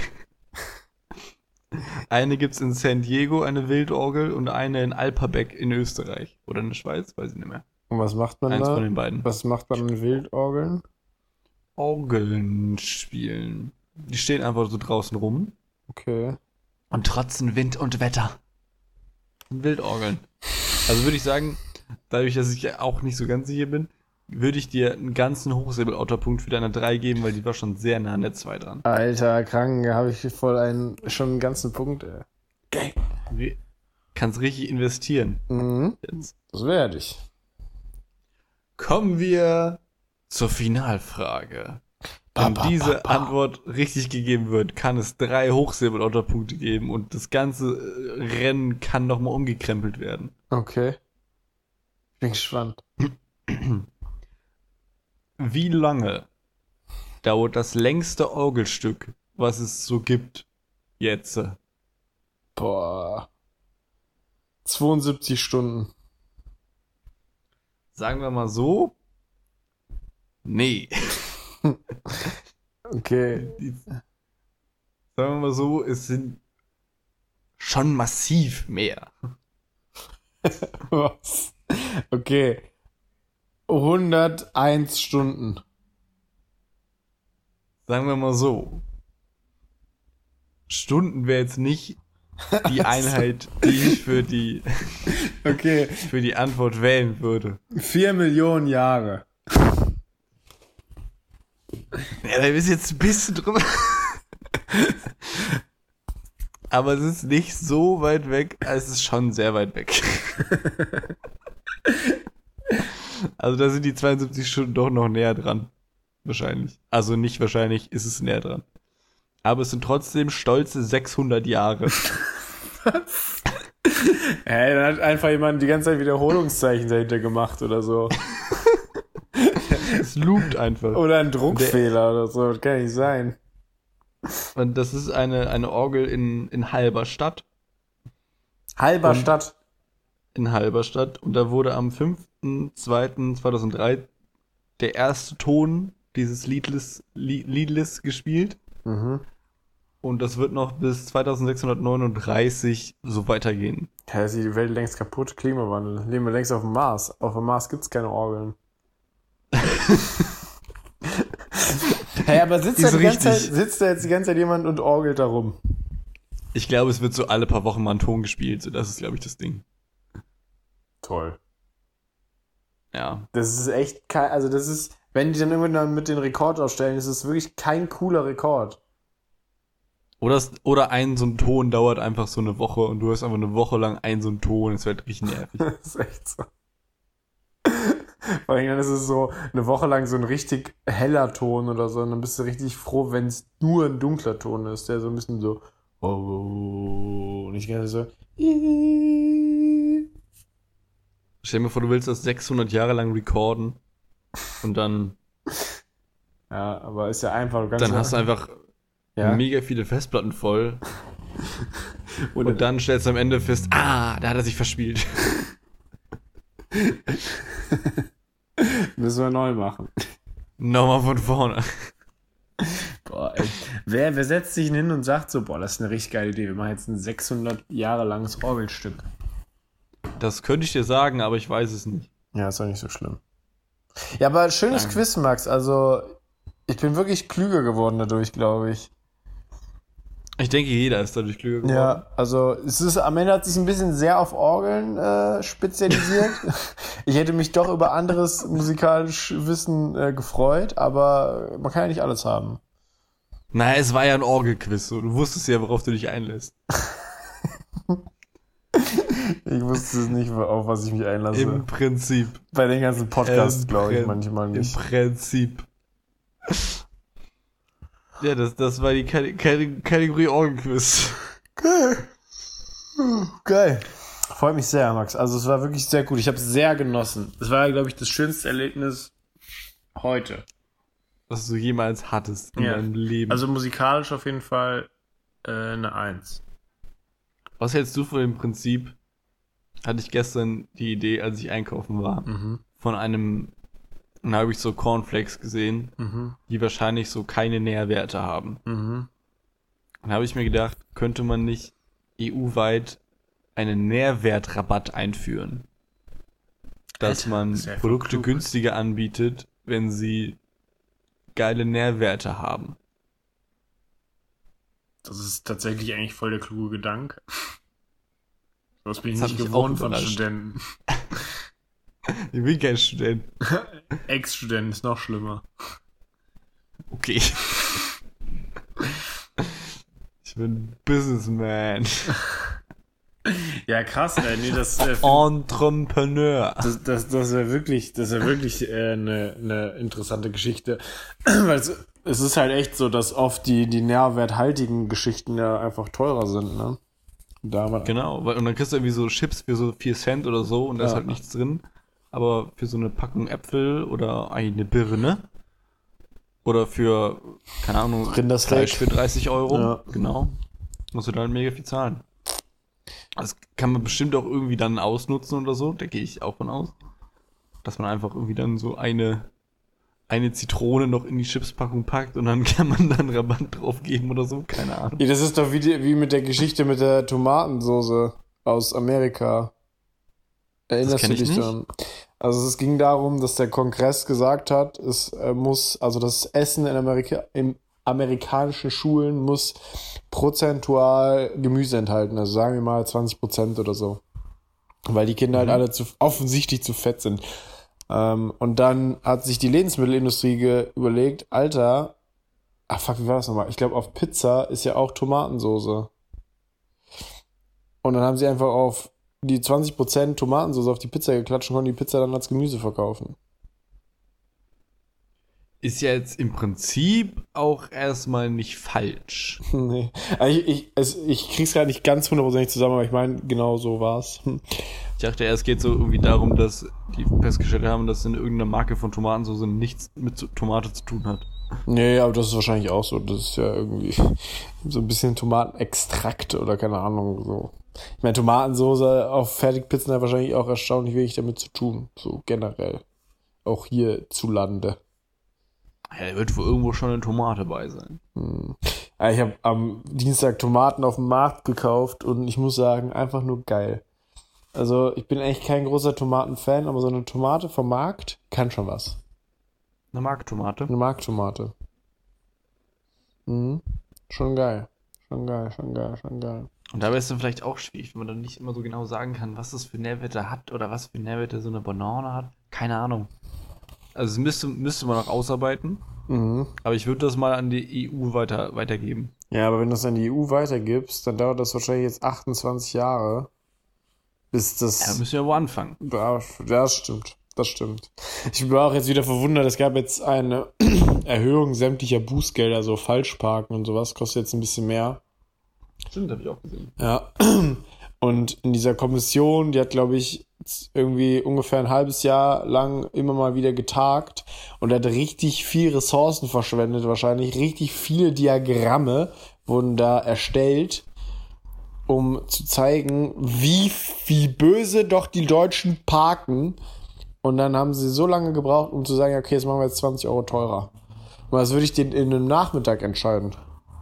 Eine gibt's in San Diego, eine Wildorgel, und eine in Alperbeck in Österreich. Oder in der Schweiz, weiß ich nicht mehr. Und was macht man Eins da? von den beiden. Was macht man an Wildorgeln? Orgeln spielen. Die stehen einfach so draußen rum. Okay. Und trotzen Wind und Wetter. Wildorgeln. Also würde ich sagen, dadurch, dass ich auch nicht so ganz sicher bin, würde ich dir einen ganzen Hochsäbelautorpunkt für deine drei geben, weil die war schon sehr nah an der zwei dran. Alter, krank, da habe ich voll einen, schon einen ganzen Punkt, ey. Geil. Re- Kannst richtig investieren. Mhm. Jetzt. Das werde ich. Kommen wir zur Finalfrage. Ba, Wenn ba, diese ba, ba. Antwort richtig gegeben wird, kann es drei Hochsäbelautorpunkte geben und das ganze äh, Rennen kann nochmal umgekrempelt werden. Okay. Ich bin gespannt. Wie lange dauert das längste Orgelstück, was es so gibt, jetzt? Boah. zweiundsiebzig Stunden. Sagen wir mal so. Nee. Okay. Sagen wir mal so, es sind schon massiv mehr. Was? Okay. hunderteins Stunden. Sagen wir mal so. Stunden wäre jetzt nicht die Einheit, die ich für die, Okay. für die Antwort wählen würde. Vier Millionen Jahre. Ja, da ist jetzt ein bisschen drüber. Aber es ist nicht so weit weg, es ist schon sehr weit weg. Also da sind die zweiundsiebzig Stunden doch noch näher dran. Wahrscheinlich. Also nicht wahrscheinlich, ist es näher dran. Aber es sind trotzdem stolze sechshundert Jahre. Was? Hey, dann hat einfach jemand die ganze Zeit Wiederholungszeichen dahinter gemacht oder so. Es loopt einfach. Oder ein Druckfehler oder so. Das kann nicht sein. Und das ist eine, eine Orgel in, in Halberstadt. Halberstadt. In Halberstadt. Und da wurde am fünften zweiten zweitausenddrei der erste Ton dieses Liedles, Lied- Liedles gespielt. Mhm. Und das wird noch bis zweitausendsechshundertneununddreißig so weitergehen. Ja, ist die Welt längst kaputt. Klimawandel. Leben wir längst auf dem Mars. Auf dem Mars gibt's keine Orgeln. Hey, aber sitzt Die da, ist die ganze Zeit, richtig. sitzt da jetzt die ganze Zeit jemand und orgelt da rum? Ich glaube, es wird so alle paar Wochen mal ein Ton gespielt. So, das ist, glaube ich, das Ding. Toll. Ja. Das ist echt kein, also das ist, wenn die dann irgendwann dann mit den Rekord ausstellen, ist es wirklich kein cooler Rekord. Oder, es, oder ein so ein Ton dauert einfach so eine Woche und du hast einfach eine Woche lang ein so ein Ton. Das wird richtig nervig. Das ist echt so. Vor allem dann ist es so eine Woche lang so ein richtig heller Ton oder so und dann bist du richtig froh, wenn es nur ein dunkler Ton ist, der so ein bisschen so oh, und ich gerne so Stell dir mal vor, du willst das sechshundert Jahre lang recorden und dann, ja, aber ist ja einfach. Du kannst dann ja, hast du einfach ja, mega viele Festplatten voll und, und dann stellst du am Ende fest, ah, da hat er sich verspielt. Müssen wir neu machen. Nochmal von vorne. Boah, ey. Wer, wer setzt sich hin und sagt so, boah, das ist eine richtig geile Idee. Wir machen jetzt ein sechshundert Jahre langes Orgelstück. Das könnte ich dir sagen, aber ich weiß es nicht. Ja, ist doch nicht so schlimm. Ja, aber schönes Danke. Quiz, Max. Also, ich bin wirklich klüger geworden dadurch, glaube ich. Ich denke, jeder ist dadurch klüger geworden. Ja, also es ist am Ende hat sich ein bisschen sehr auf Orgeln äh, spezialisiert. Ich hätte mich doch über anderes musikalisches Wissen äh, gefreut, aber man kann ja nicht alles haben. Naja, es war ja ein Orgelquiz. So. Du wusstest ja, worauf du dich einlässt. Ich wusste es nicht, auf was ich mich einlasse. Im Prinzip. Bei den ganzen Podcasts Im glaube ich Prin- manchmal nicht. Im Prinzip. Ja, das, das war die Kate- Kate- Kategorie Orgelquiz. Geil. Geil. Freut mich sehr, Max. Also es war wirklich sehr gut. Ich habe es sehr genossen. Es war, glaube ich, das schönste Erlebnis heute. Was du jemals hattest in Ja. deinem Leben. Also musikalisch auf jeden Fall äh, eine Eins. Was hältst du von dem Prinzip? Hatte ich gestern die Idee, als ich einkaufen war, Mhm. von einem, da habe ich so Cornflakes gesehen, Mhm. die wahrscheinlich so keine Nährwerte haben. Mhm. Dann habe ich mir gedacht, könnte man nicht E U-weit einen Nährwertrabatt einführen? Dass Alter, man das ist ja voll Produkte klug. günstiger anbietet, wenn sie geile Nährwerte haben. Das ist tatsächlich eigentlich voll der kluge Gedanke. Das bin ich Das nicht hat mich gewohnt auch von überrascht. Studenten. Ich bin kein Student. Ex-Studenten ist noch schlimmer. Okay. Ich bin Businessman. Ja, krass, ey. Nee, das, äh, find- Entrepreneur. das, das, das wäre wirklich, das wäre wirklich äh, eine, eine interessante Geschichte. Weil es, es ist halt echt so, dass oft die, die nährwerthaltigen Geschichten ja einfach teurer sind, ne? Da haben wir, Genau, weil, und dann kriegst du irgendwie so Chips für so vier Cent oder so und da ist Ja. halt nichts drin. Aber für so eine Packung Äpfel oder eine Birne oder für, keine Ahnung, Rindersteak. Fleisch für dreißig Euro, Ja. genau, musst du dann mega viel zahlen. Das kann man bestimmt auch irgendwie dann ausnutzen oder so, da gehe ich auch von aus. Dass man einfach irgendwie dann so eine, eine Zitrone noch in die Chipspackung packt und dann kann man dann Rabatt drauf geben oder so, keine Ahnung. Ja, das ist doch wie, die, wie mit der Geschichte mit der Tomatensoße aus Amerika. Erinnerst kenn du ich dich nicht. daran? Also es ging darum, dass der Kongress gesagt hat, es äh, muss, also das Essen in Amerika, in amerikanischen Schulen muss prozentual Gemüse enthalten. Also sagen wir mal zwanzig Prozent oder so. Weil die Kinder halt Mhm. alle zu, offensichtlich zu fett sind. Ähm, und dann hat sich die Lebensmittelindustrie ge- überlegt, Alter, ach fuck, wie war das nochmal? Ich glaube, auf Pizza ist ja auch Tomatensoße. Und dann haben sie einfach auf die zwanzig Prozent Tomatensoße auf die Pizza geklatscht und konnten die Pizza dann als Gemüse verkaufen. Ist ja jetzt im Prinzip auch erstmal nicht falsch. Nee. Also ich, ich, es, ich krieg's gerade nicht ganz hundertprozentig zusammen, aber ich meine, genau so war's. Hm. Ich dachte erst, es geht so irgendwie darum, dass die festgestellt haben, dass in irgendeiner Marke von Tomatensauce nichts mit so- Tomate zu tun hat. Nee, aber das ist wahrscheinlich auch so. Das ist ja irgendwie so ein bisschen Tomatenextrakt oder keine Ahnung. So. Ich meine, Tomatensoße auf Fertigpizzen hat wahrscheinlich auch erstaunlich wenig damit zu tun. So generell. Auch hier zu Lande. Ja, da wird wohl irgendwo schon eine Tomate bei sein. Hm. Ja, ich habe am Dienstag Tomaten auf dem Markt gekauft und ich muss sagen, einfach nur geil. Also ich bin eigentlich kein großer Tomatenfan, aber so eine Tomate vom Markt kann schon was. Eine Marktomate. Eine Markttomate. Mhm. Schon geil. Schon geil, schon geil, schon geil. Und dabei ist es dann vielleicht auch schwierig, wenn man dann nicht immer so genau sagen kann, was das für Nährwerte hat oder was für Nährwerte so eine Banane hat. Keine Ahnung. Also es müsste, müsste man noch ausarbeiten, Mhm. aber ich würde das mal an die E U weiter, weitergeben. Ja, aber wenn du es an die E U weitergibst, dann dauert das wahrscheinlich jetzt achtundzwanzig Jahre, bis Ja, das... müssen wir wo anfangen. Ja, das stimmt. Das stimmt. Ich bin auch jetzt wieder verwundert, es gab jetzt eine Erhöhung sämtlicher Bußgelder, so Falschparken und sowas, kostet jetzt ein bisschen mehr. Stimmt, habe ich auch gesehen. Ja. Und in dieser Kommission, die hat, glaube ich, irgendwie ungefähr ein halbes Jahr lang immer mal wieder getagt und hat richtig viel Ressourcen verschwendet, wahrscheinlich richtig viele Diagramme wurden da erstellt. um zu zeigen, wie, wie böse doch die Deutschen parken. Und dann haben sie so lange gebraucht, um zu sagen, okay, jetzt machen wir jetzt zwanzig Euro teurer. Und das würde ich den in einem Nachmittag entscheiden.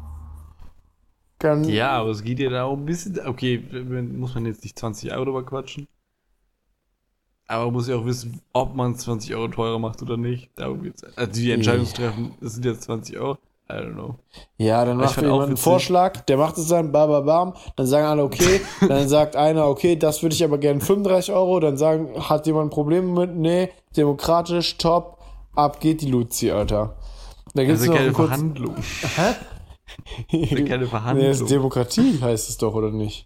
Kann Ja, aber es geht ja da auch ein bisschen. Okay, muss man jetzt nicht zwanzig Euro drüber quatschen. Aber man muss ja auch wissen, ob man zwanzig Euro teurer macht oder nicht. Darum geht's. Also die Entscheidung zu treffen, das sind jetzt zwanzig Euro. I don't know. Ja, dann Aber ich macht fand jemand auch einen witzig- Vorschlag, der macht es dann, bam, bam, bam, dann sagen alle okay, dann sagt einer, okay, das würde ich aber gerne fünfunddreißig Euro, dann sagen, hat jemand ein Problem mit, nee, demokratisch, top, ab geht die Luzi, Alter. Da gibt's Also noch keine einen kurzen- Verhandlung. Hä? Keine Nee, Verhandlung. das ist Demokratie, heißt es doch, oder nicht?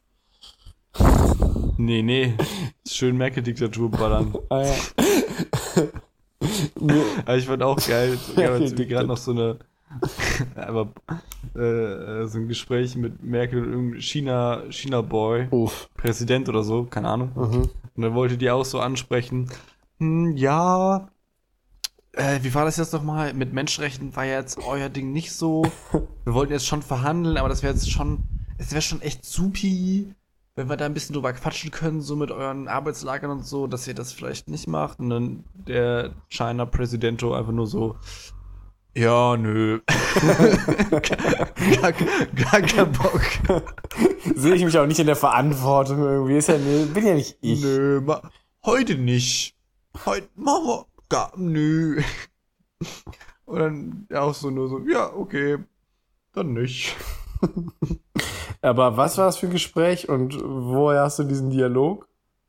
Nee, nee. Schön Merkel-Diktatur ballern. Ah, ja. Aber ich fand auch geil. Ich habe jetzt Diktatur. gerade noch so eine. Aber äh, so ein Gespräch mit Merkel und irgendeinem China, China-Boy, Uff. Präsident oder so, keine Ahnung. Mhm. Und dann wollte die auch so ansprechen. Hm, ja. Äh, wie war das jetzt nochmal? Mit Menschenrechten war ja jetzt euer Ding nicht so. Wir wollten jetzt schon verhandeln, aber das wäre jetzt schon. Es wäre schon echt supi, wenn wir da ein bisschen drüber quatschen können, so mit euren Arbeitslagern und so, dass ihr das vielleicht nicht macht. Und dann der China-Präsidento einfach nur so. Ja, nö. gar, gar, gar kein Bock. Sehe ich mich auch nicht in der Verantwortung irgendwie. Ist ja, nee, bin ja nicht ich. Nö, ma, heute nicht. Heute machen wir gar, nö. Und dann auch so nur so, ja, okay, dann nicht. Aber was war das für ein Gespräch und woher hast du diesen Dialog?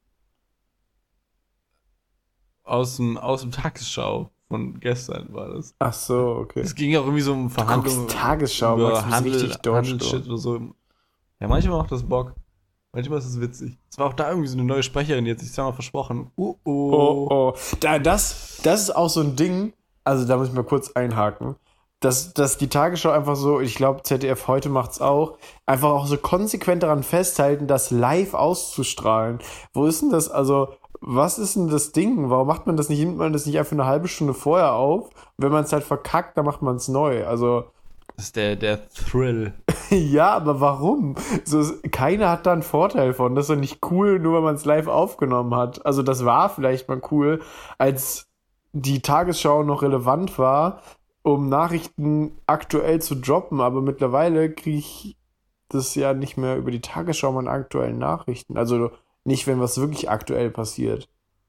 Aus dem, aus dem Tagesschau von gestern war das. Ach so, okay. Es ging auch irgendwie so um Verhandlungen. guckst Tagesschau, Max, du über bist Handel, richtig deutsch, Handelsshit oder so. Ja, manchmal macht das Bock. Manchmal ist es witzig. Es war auch da irgendwie so eine neue Sprecherin, die hat sich zweimal versprochen. Uh, oh. Oh, oh. Da, das, das ist auch so ein Ding, also da muss ich mal kurz einhaken, dass, dass die Tagesschau einfach so, ich glaube Z D F heute macht's auch, einfach auch so konsequent daran festhalten, das live auszustrahlen. Wo ist denn das, also, was ist denn das Ding? Warum macht man das nicht, nimmt man das nicht einfach eine halbe Stunde vorher auf? Wenn man es halt verkackt, dann macht man es neu. Also, Das ist der, der Thrill. ja, aber warum? So, es- keiner hat da einen Vorteil von. Das ist doch nicht cool, nur weil man es live aufgenommen hat. Also das war vielleicht mal cool, als die Tagesschau noch relevant war, um Nachrichten aktuell zu droppen. Aber mittlerweile kriege ich das ja nicht mehr über die Tagesschau meine aktuellen Nachrichten. Also nicht, wenn was wirklich aktuell passiert.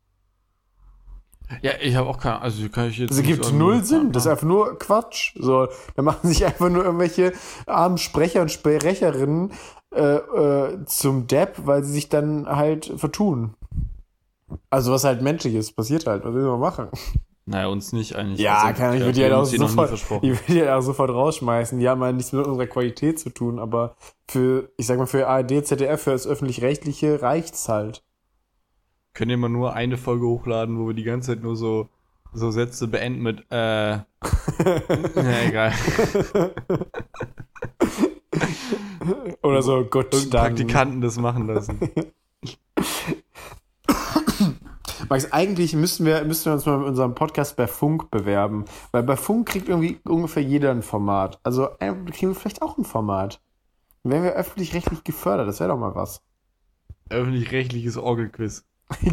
Ja, ich habe auch keine, also kann ich jetzt. Das nicht ergibt sagen, null was- Sinn. Das ist einfach nur Quatsch. So, da machen sich einfach nur irgendwelche armen Sprecher und Sprecherinnen äh, äh, zum Depp, weil sie sich dann halt vertun. Also was halt menschlich ist, passiert halt. Was will man machen? Naja, uns nicht eigentlich. Ja, Also, kann ich wir würde die halt haben auch uns die noch nie sofort, versprochen. ich würde die halt auch sofort rausschmeißen. Die haben halt nichts mit unserer Qualität zu tun, aber für, ich sag mal, für A R D, Z D F, für das Öffentlich-Rechtliche reicht's halt. Können wir mal nur eine Folge hochladen, wo wir die ganze Zeit nur so, so Sätze beenden mit, äh. ja, egal. Oder so, gut, Irgendeinen dann. Praktikanten das machen lassen. Max, eigentlich müssten wir, müssten wir uns mal mit unserem Podcast bei Funk bewerben. Weil bei Funk kriegt irgendwie ungefähr jeder ein Format. Also äh, kriegen wir vielleicht auch ein Format. Dann wären wir öffentlich-rechtlich gefördert. Das wäre doch mal was. Öffentlich-rechtliches Orgelquiz.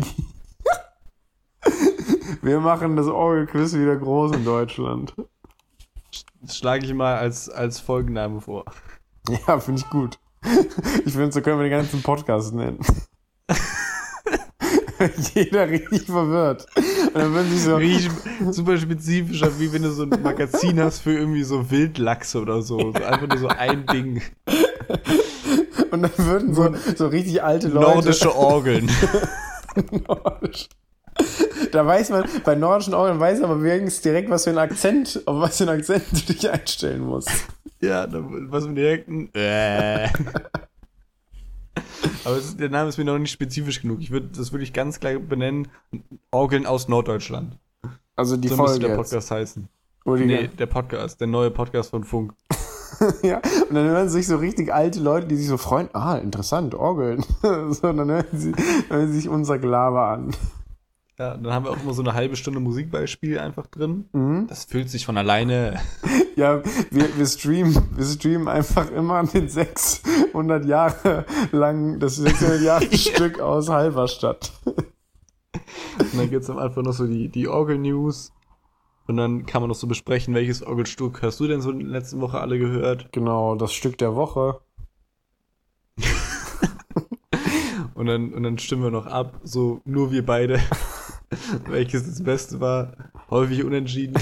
Wir machen das Orgelquiz wieder groß in Deutschland. Das schlage ich mal als, als Folgenname vor. Ja, finde ich gut. Ich finde, so können wir den ganzen Podcast nennen. Jeder richtig verwirrt. Und dann würden sich so... Richtig super spezifischer, wie wenn du so ein Magazin hast für irgendwie so Wildlachse oder so. so einfach nur so ein Ding. Und dann würden so, so richtig alte Leute... Nordische Orgeln. Nordisch. Da weiß man, bei nordischen Orgeln weiß man aber wenigstens direkt, was für einen Akzent, auf was für einen Akzent du dich einstellen musst. Ja, da, was mit direkten. Äh. Aber es ist, der Name ist mir noch nicht spezifisch genug. Ich würde das würde ich ganz klar benennen: Orgeln aus Norddeutschland. Also die So Folge müsste der jetzt. Podcast heißen. Wo die Nee, der Podcast, der neue Podcast von Funk. ja, und dann hören sich so richtig alte Leute, die sich so freuen, ah, interessant, Orgeln. So, dann hören sie, hören sie sich unser Gelaber an. Ja, dann haben wir auch immer so eine halbe Stunde Musikbeispiel einfach drin. Mhm. Das füllt sich von alleine. Ja, wir, wir, streamen, wir streamen einfach immer den sechshundert Jahre lang, das sechshundert Jahre Stück aus Halberstadt. Und dann gibt's am Anfang noch so die, die Orgel-News. Und dann kann man noch so besprechen, welches Orgelstück hast du denn so in der letzten Woche alle gehört? Genau, das Stück der Woche. Und dann, und dann stimmen wir noch ab, so nur wir beide, welches das Beste war. Häufig unentschieden.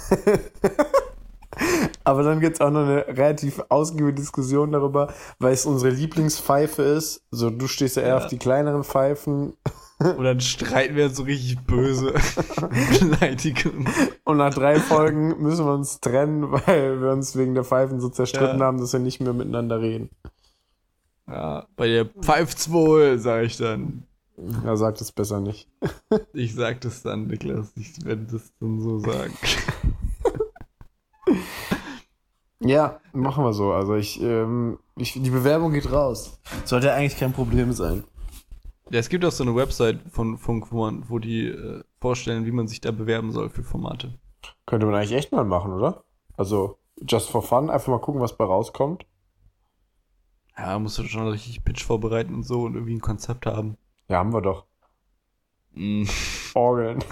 Aber dann gibt's auch noch eine relativ ausgiebige Diskussion darüber, weil es unsere Lieblingspfeife ist. So, du stehst ja eher Ja. auf die kleineren Pfeifen. Und dann streiten wir uns so richtig böse. Beleidigen. Und nach drei Folgen müssen wir uns trennen, weil wir uns wegen der Pfeifen so zerstritten Ja. haben, dass wir nicht mehr miteinander reden. Ja, bei der pfeift's wohl, sag ich dann. Er sagt es besser nicht. Ich sag das dann, Niklas. Ich werde das dann so sagen. Ja, machen wir so. Also ich, ähm, ich, die Bewerbung geht raus. Sollte eigentlich kein Problem sein. Ja, es gibt auch so eine Website von Funk, wo, man, wo die äh, vorstellen, wie man sich da bewerben soll für Formate. Könnte man eigentlich echt mal machen, oder? Also, just for fun, einfach mal gucken, was bei rauskommt. Ja, musst du schon richtig Pitch vorbereiten und so und irgendwie ein Konzept haben. Ja, haben wir doch. Mm. Orgeln.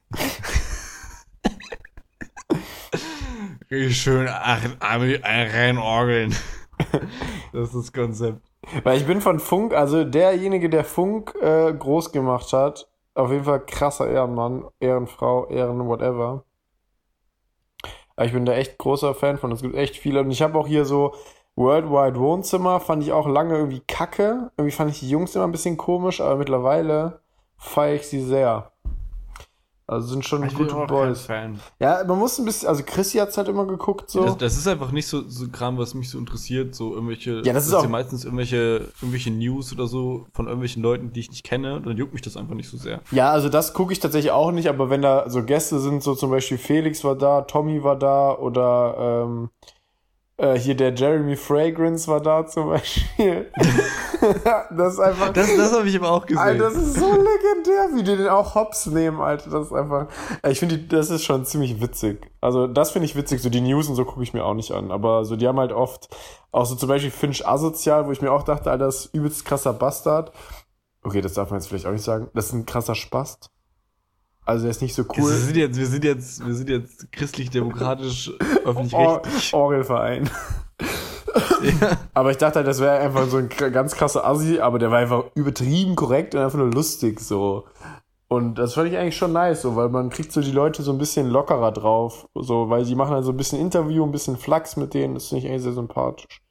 Richtig schön reinorgeln. Das ist das Konzept. Weil ich bin von Funk, also derjenige, der Funk äh, groß gemacht hat, auf jeden Fall krasser Ehrenmann, Ehrenfrau, Ehren, whatever. Aber ich bin da echt großer Fan von. Es gibt echt viele. Und ich habe auch hier so Worldwide Wohnzimmer, fand ich auch lange irgendwie kacke. Irgendwie fand ich die Jungs immer ein bisschen komisch, aber mittlerweile feiere ich sie sehr. Also sind schon Ich bin gute auch Boys. kein Fan. Ja, man muss ein bisschen, also Chrissy hat's halt immer geguckt so. Das, das ist einfach nicht so, so Kram, was mich so interessiert. So irgendwelche. Ja, das ist sind auch- meistens irgendwelche, irgendwelche News oder so von irgendwelchen Leuten, die ich nicht kenne. Dann juckt mich das einfach nicht so sehr. Ja, also das gucke ich tatsächlich auch nicht, aber wenn da so Gäste sind, so zum Beispiel Felix war da, Tommy war da oder ähm, äh, hier der Jeremy Fragrance war da zum Beispiel. Das ist einfach... Das, das habe ich aber auch gesehen. Alter, das ist so legendär, wie die den auch hops nehmen, Alter. Das ist einfach... Ich finde, die- das ist schon ziemlich witzig. Also das finde ich witzig, so die News und so gucke ich mir auch nicht an. Aber so die haben halt oft, auch so zum Beispiel Finch Asozial, wo ich mir auch dachte, Alter, das ist übelst krasser Bastard. Okay, das darf man jetzt vielleicht auch nicht sagen. Das ist ein krasser Spast. Also der ist nicht so Wir cool. sind jetzt, wir sind jetzt, wir sind jetzt christlich-demokratisch, Or öffentlich-rechtlich. Orgelverein. Ja. Aber ich dachte halt, das wäre einfach so ein kr- ganz krasser Assi, aber der war einfach übertrieben korrekt und einfach nur lustig so. Und das fand ich eigentlich schon nice, so, weil man kriegt so die Leute so ein bisschen lockerer drauf, so, weil sie machen halt so ein bisschen Interview, ein bisschen Flachs mit denen, das finde ich eigentlich sehr sympathisch.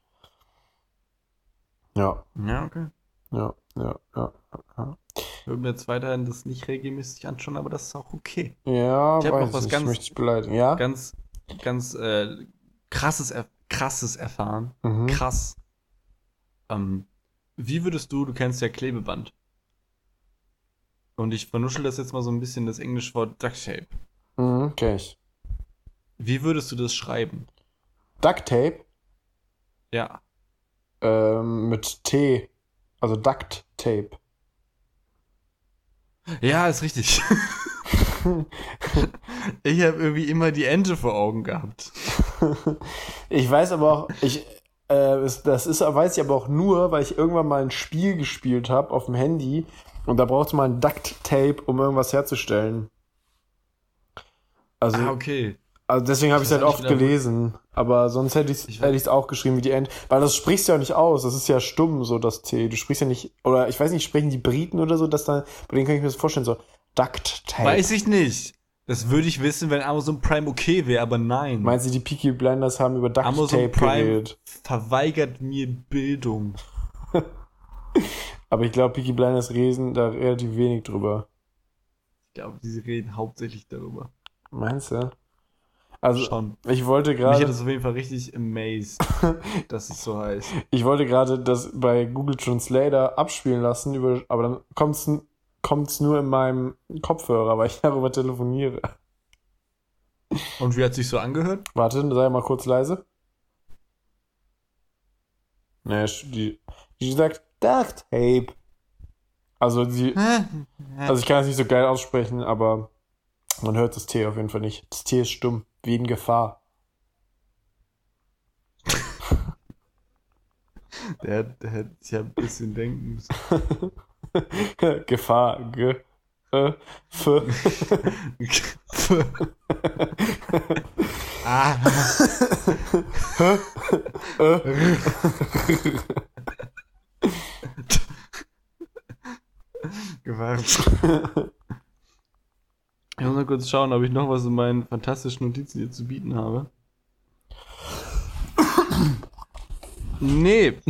Ja, Ja, okay. ja, ja, ja. Ich würde mir jetzt weiterhin das nicht regelmäßig anschauen, aber das ist auch okay. Ja, Ich hab weiß noch was nicht, ganz- ich möchte dich beleidigen. Ja? Ganz, ganz äh, krasses, er krasses erfahren. Mhm. Krass. Ähm, wie würdest du, du kennst ja Klebeband. Und ich vernuschel das jetzt mal so ein bisschen, das englische Wort Duct Tape. Mhm, okay. ich. Wie würdest du das schreiben? Duct Tape Ja. ähm, mit T, also Duct Tape. Ja, ist richtig. Ich habe irgendwie immer die Ente vor Augen gehabt. Ich weiß aber auch, ich, äh, es- das ist, weiß ich aber auch nur, weil ich irgendwann mal ein Spiel gespielt habe auf dem Handy und da brauchte man Duct Tape, um irgendwas herzustellen. Also, Ah, okay. also deswegen habe ich es Das halt hab ich oft wieder- gelesen, aber sonst hätte ich es Ich hätte weiß- ich's auch geschrieben wie die Ent, weil das sprichst du ja nicht aus, das ist ja stumm, so das T. Du sprichst ja nicht, oder ich weiß nicht, sprechen die Briten oder so, dass da, bei denen kann ich mir das vorstellen, so Duct Tape. Weiß ich nicht. Das würde ich wissen, wenn Amazon Prime okay wäre, aber nein. Meinst du, die Peaky Blinders haben über Duct Amazon Tape Prime geredet? verweigert mir Bildung. Aber ich glaube, Peaky Blinders reden da relativ wenig drüber. Ich glaube, sie reden hauptsächlich darüber. Meinst du? Also, Schon. ich wollte Mich hat gerade, das auf jeden Fall richtig amazed, dass es so heißt. ich wollte gerade das bei Google Translator abspielen lassen, über, aber dann kommt's, kommt's nur in meinem Kopfhörer, weil ich darüber telefoniere. Und wie hat sich so angehört? Warte, sei mal kurz leise. Ne, die, die sagt Duct Tape. Also, sie, also ich kann es nicht so geil aussprechen, aber man hört das T auf jeden Fall nicht. Das T ist stumm, wie in Gefahr. Der, der hätte sich ja ein bisschen denken müssen. Gefahr, G, äh, F. ah. Gewarnt. Ich muss mal kurz schauen, ob ich noch was in meinen fantastischen Notizen hier zu bieten habe. Nee.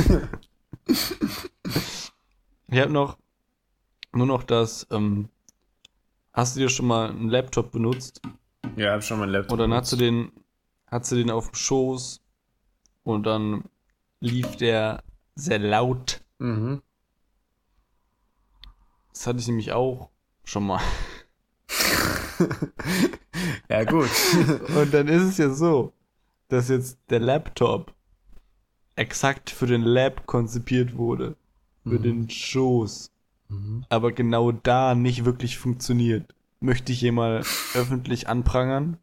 Ich habe noch nur noch das, ähm, hast du dir schon mal einen Laptop benutzt? Ja, hab schon mal einen Laptop. Und dann hast du den, hast du den auf dem Schoß und dann lief der sehr laut. Mhm. Das hatte ich nämlich auch schon mal. Ja, gut. Und dann ist es ja so, dass jetzt der Laptop exakt für den Lab konzipiert wurde. Für Mhm. den Schoß. Mhm. Aber genau da nicht wirklich funktioniert. Möchte ich hier mal öffentlich anprangern.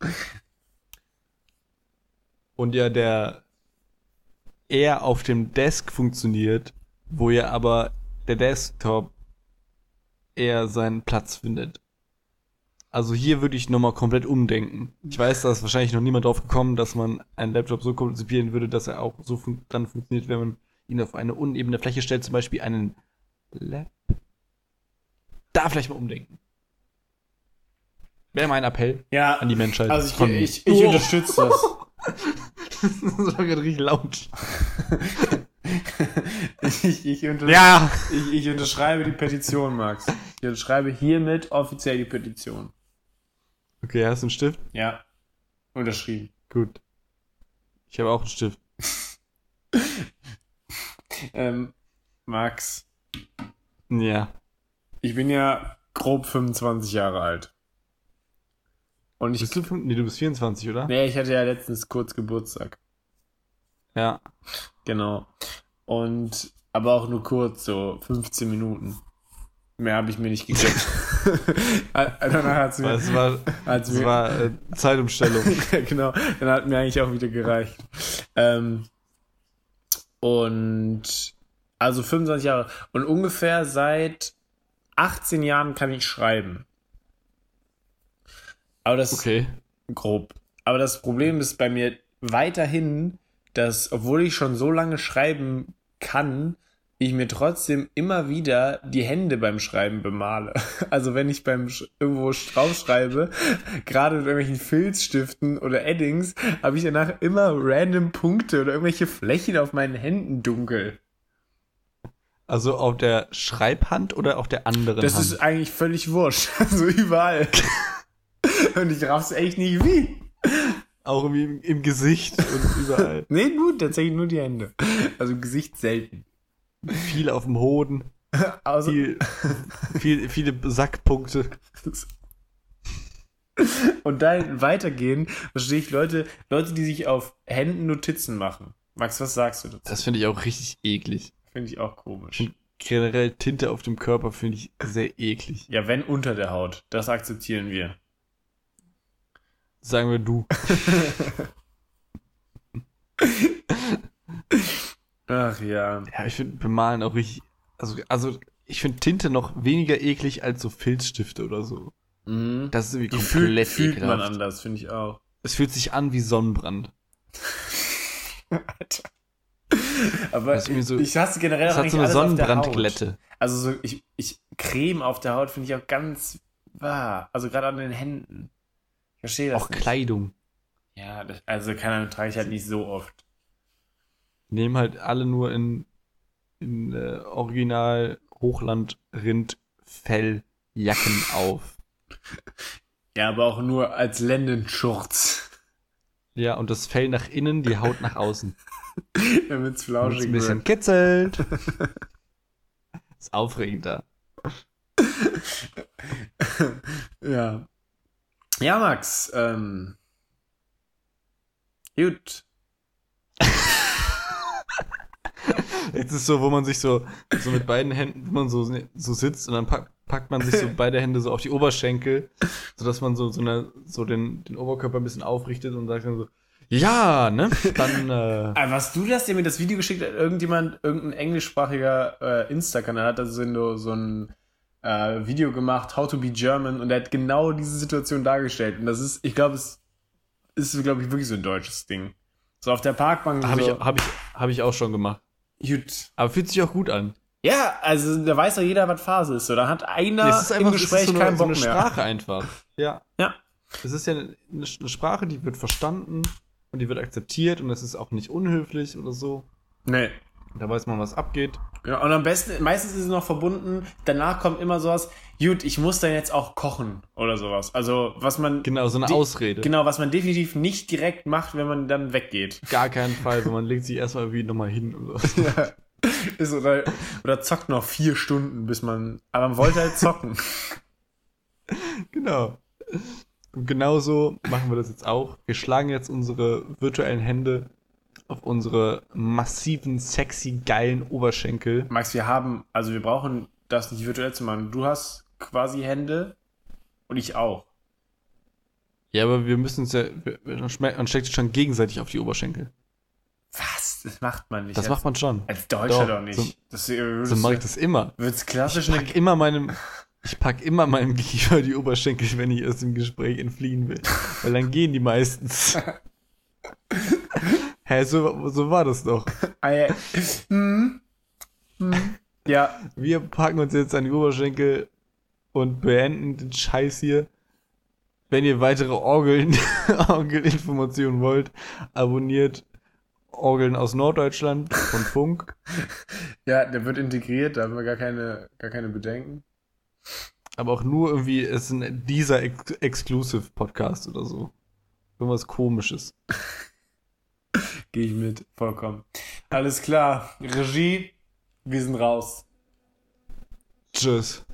Und ja, der eher auf dem Desk funktioniert, wo ja aber der Desktop eher seinen Platz findet. Also hier würde ich nochmal komplett umdenken. Ich weiß, da ist wahrscheinlich noch niemand drauf gekommen, dass man einen Laptop so konzipieren würde, dass er auch so fun- dann funktioniert, wenn man ihn auf eine unebene Fläche stellt, zum Beispiel einen Lab. Da vielleicht mal umdenken. Wäre mein Appell Ja, an die Menschheit. also ich, Von- ich, ich Oh. unterstütze das. Das war gerade richtig laut. Ich, ich, unter Ja! ich, ich unterschreibe die Petition, Max. Ich unterschreibe hiermit offiziell die Petition. Okay, hast du einen Stift? Ja, unterschrieben. Gut. Ich habe auch einen Stift. Ähm, Max, Ja. ich bin ja grob fünfundzwanzig Jahre alt. Und ich, Bist du fünf? Nee, du bist vierundzwanzig, oder? nee, ich hatte ja letztens kurz Geburtstag. Ja. Genau. Und, aber auch nur kurz, so fünfzehn Minuten. Mehr habe ich mir nicht gegönnt. Danach hat es mir, Das war, hat's das mir war äh, Zeitumstellung. genau, dann hat mir eigentlich auch wieder gereicht. Ähm, und also fünfundzwanzig Jahre. Und ungefähr seit achtzehn Jahren kann ich schreiben. Aber das Okay. grob. Aber das Problem ist bei mir weiterhin, dass, obwohl ich schon so lange schreiben kann, ich mir trotzdem immer wieder die Hände beim Schreiben bemale. Also wenn ich beim Sch- irgendwo draufschreibe, gerade mit irgendwelchen Filzstiften oder Eddings, habe ich danach immer random Punkte oder irgendwelche Flächen auf meinen Händen dunkel. Also auf der Schreibhand oder auf der anderen Das Hand? ist eigentlich völlig wurscht. Also überall. Und ich raff's echt nicht wie. Auch im, im Gesicht und überall. Nee, gut, tatsächlich nur die Hände. Also Gesicht selten. Viel auf dem Hoden. Außer, Viel, viel, viele Sackpunkte. und dann weitergehen, verstehe ich Leute, Leute, die sich auf Händen Notizen machen. Max, was sagst du dazu? Das finde ich auch richtig eklig. Finde ich auch komisch. find- Generell Tinte auf dem Körper finde ich sehr eklig. Ja, wenn unter der Haut. Das akzeptieren wir. Sagen wir du. Ach ja. Ja, ich finde Bemalen auch richtig. Also, also ich finde Tinte noch weniger eklig als so Filzstifte oder so. Mhm. Das ist irgendwie Die fühlt, komplett fühlt man ekelhaft. anders, finde ich auch. Es fühlt sich an wie Sonnenbrand. Alter. Aber Das ist irgendwie so- ich hasse generell Es auch hat so eigentlich eine alles auf der Haut. Sonnenbrandglätte. Also so, ich, ich, Creme auf der Haut finde ich auch ganz wahr. Also gerade an den Händen. Ich verstehe das Auch nicht. Kleidung. Ja, das, also keine Ahnung, trage ich halt nicht so oft. Nehmen halt alle nur in, in äh, Original Hochland-Rind-Felljacken auf. Ja, aber auch nur als Lendenschurz. Ja, und das Fell nach innen, die Haut nach außen. Damit es Damit es flauschig ein bisschen wird. kitzelt. Ist aufregender. Ja. Ja, Max. Ähm, gut. Jetzt ist so, wo man sich so, so mit beiden Händen, wo man so, so sitzt und dann pack, packt man sich so beide Hände so auf die Oberschenkel, sodass man so, so, eine, so den, den Oberkörper ein bisschen aufrichtet und sagt dann so, ja, ne? Dann, äh. Aber was du das, der mir das Video geschickt hat, irgendjemand, irgendein englischsprachiger äh, Insta-Kanal hat also so, so ein äh, Video gemacht, How to be German, und er hat genau diese Situation dargestellt. Und das ist, ich glaube, es ist, glaube ich, wirklich so ein deutsches Ding. So auf der Parkbank. Habe so, ich, hab ich, hab ich auch schon gemacht. Gut. Aber fühlt sich auch gut an. Ja, also da weiß doch jeder, was Phase ist. So, da hat einer Nee, es ist einfach, im Gespräch es ist so keinen eine, Bock so eine mehr. Sprache einfach. Ja. Ja. Es ist ja eine, eine Sprache, die wird verstanden und die wird akzeptiert und es ist auch nicht unhöflich oder so. Nee. Da weiß man, was abgeht. Genau, und am besten, meistens ist es noch verbunden, danach kommt immer sowas, gut, ich muss dann jetzt auch kochen oder sowas. Also, was man... Genau, so eine de- Ausrede. Genau, was man definitiv nicht direkt macht, wenn man dann weggeht. Gar keinen Fall, weil man legt sich erstmal irgendwie nochmal hin oder so. Ja. Ist oder, oder zockt noch vier Stunden, bis man... Aber man wollte halt zocken. Genau. Und genauso machen wir das jetzt auch. Wir schlagen jetzt unsere virtuellen Hände auf unsere massiven, sexy, geilen Oberschenkel. Max, wir haben... Also, wir brauchen das nicht virtuell zu machen. Du hast quasi Hände und ich auch. Ja, aber wir müssen es ja... Man steckt es schon gegenseitig auf die Oberschenkel. Was? Das macht man nicht. Das als, macht man schon. Als Deutscher Doch, doch nicht. so- das, äh, So mache ich das immer. Wird's klassisch Ich pack immer meinem... Ich pack immer meinem Gegenüber die Oberschenkel, wenn ich aus dem Gespräch entfliehen will. Weil dann gehen die meistens. Hä, so, so war das doch. Ah, ja. Hm. Hm. Ja, Wir packen uns jetzt an die Oberschenkel und beenden den Scheiß hier. Wenn ihr weitere Orgeln, Orgelinformationen wollt, abonniert Orgeln aus Norddeutschland von Funk. ja, der wird integriert, da haben wir gar keine, gar keine Bedenken. Aber auch nur irgendwie, es ist ein dieser Ex Exclusive Podcast oder so. Irgendwas Komisches. Gehe ich mit, vollkommen. Alles klar, Regie, wir sind raus. Tschüss.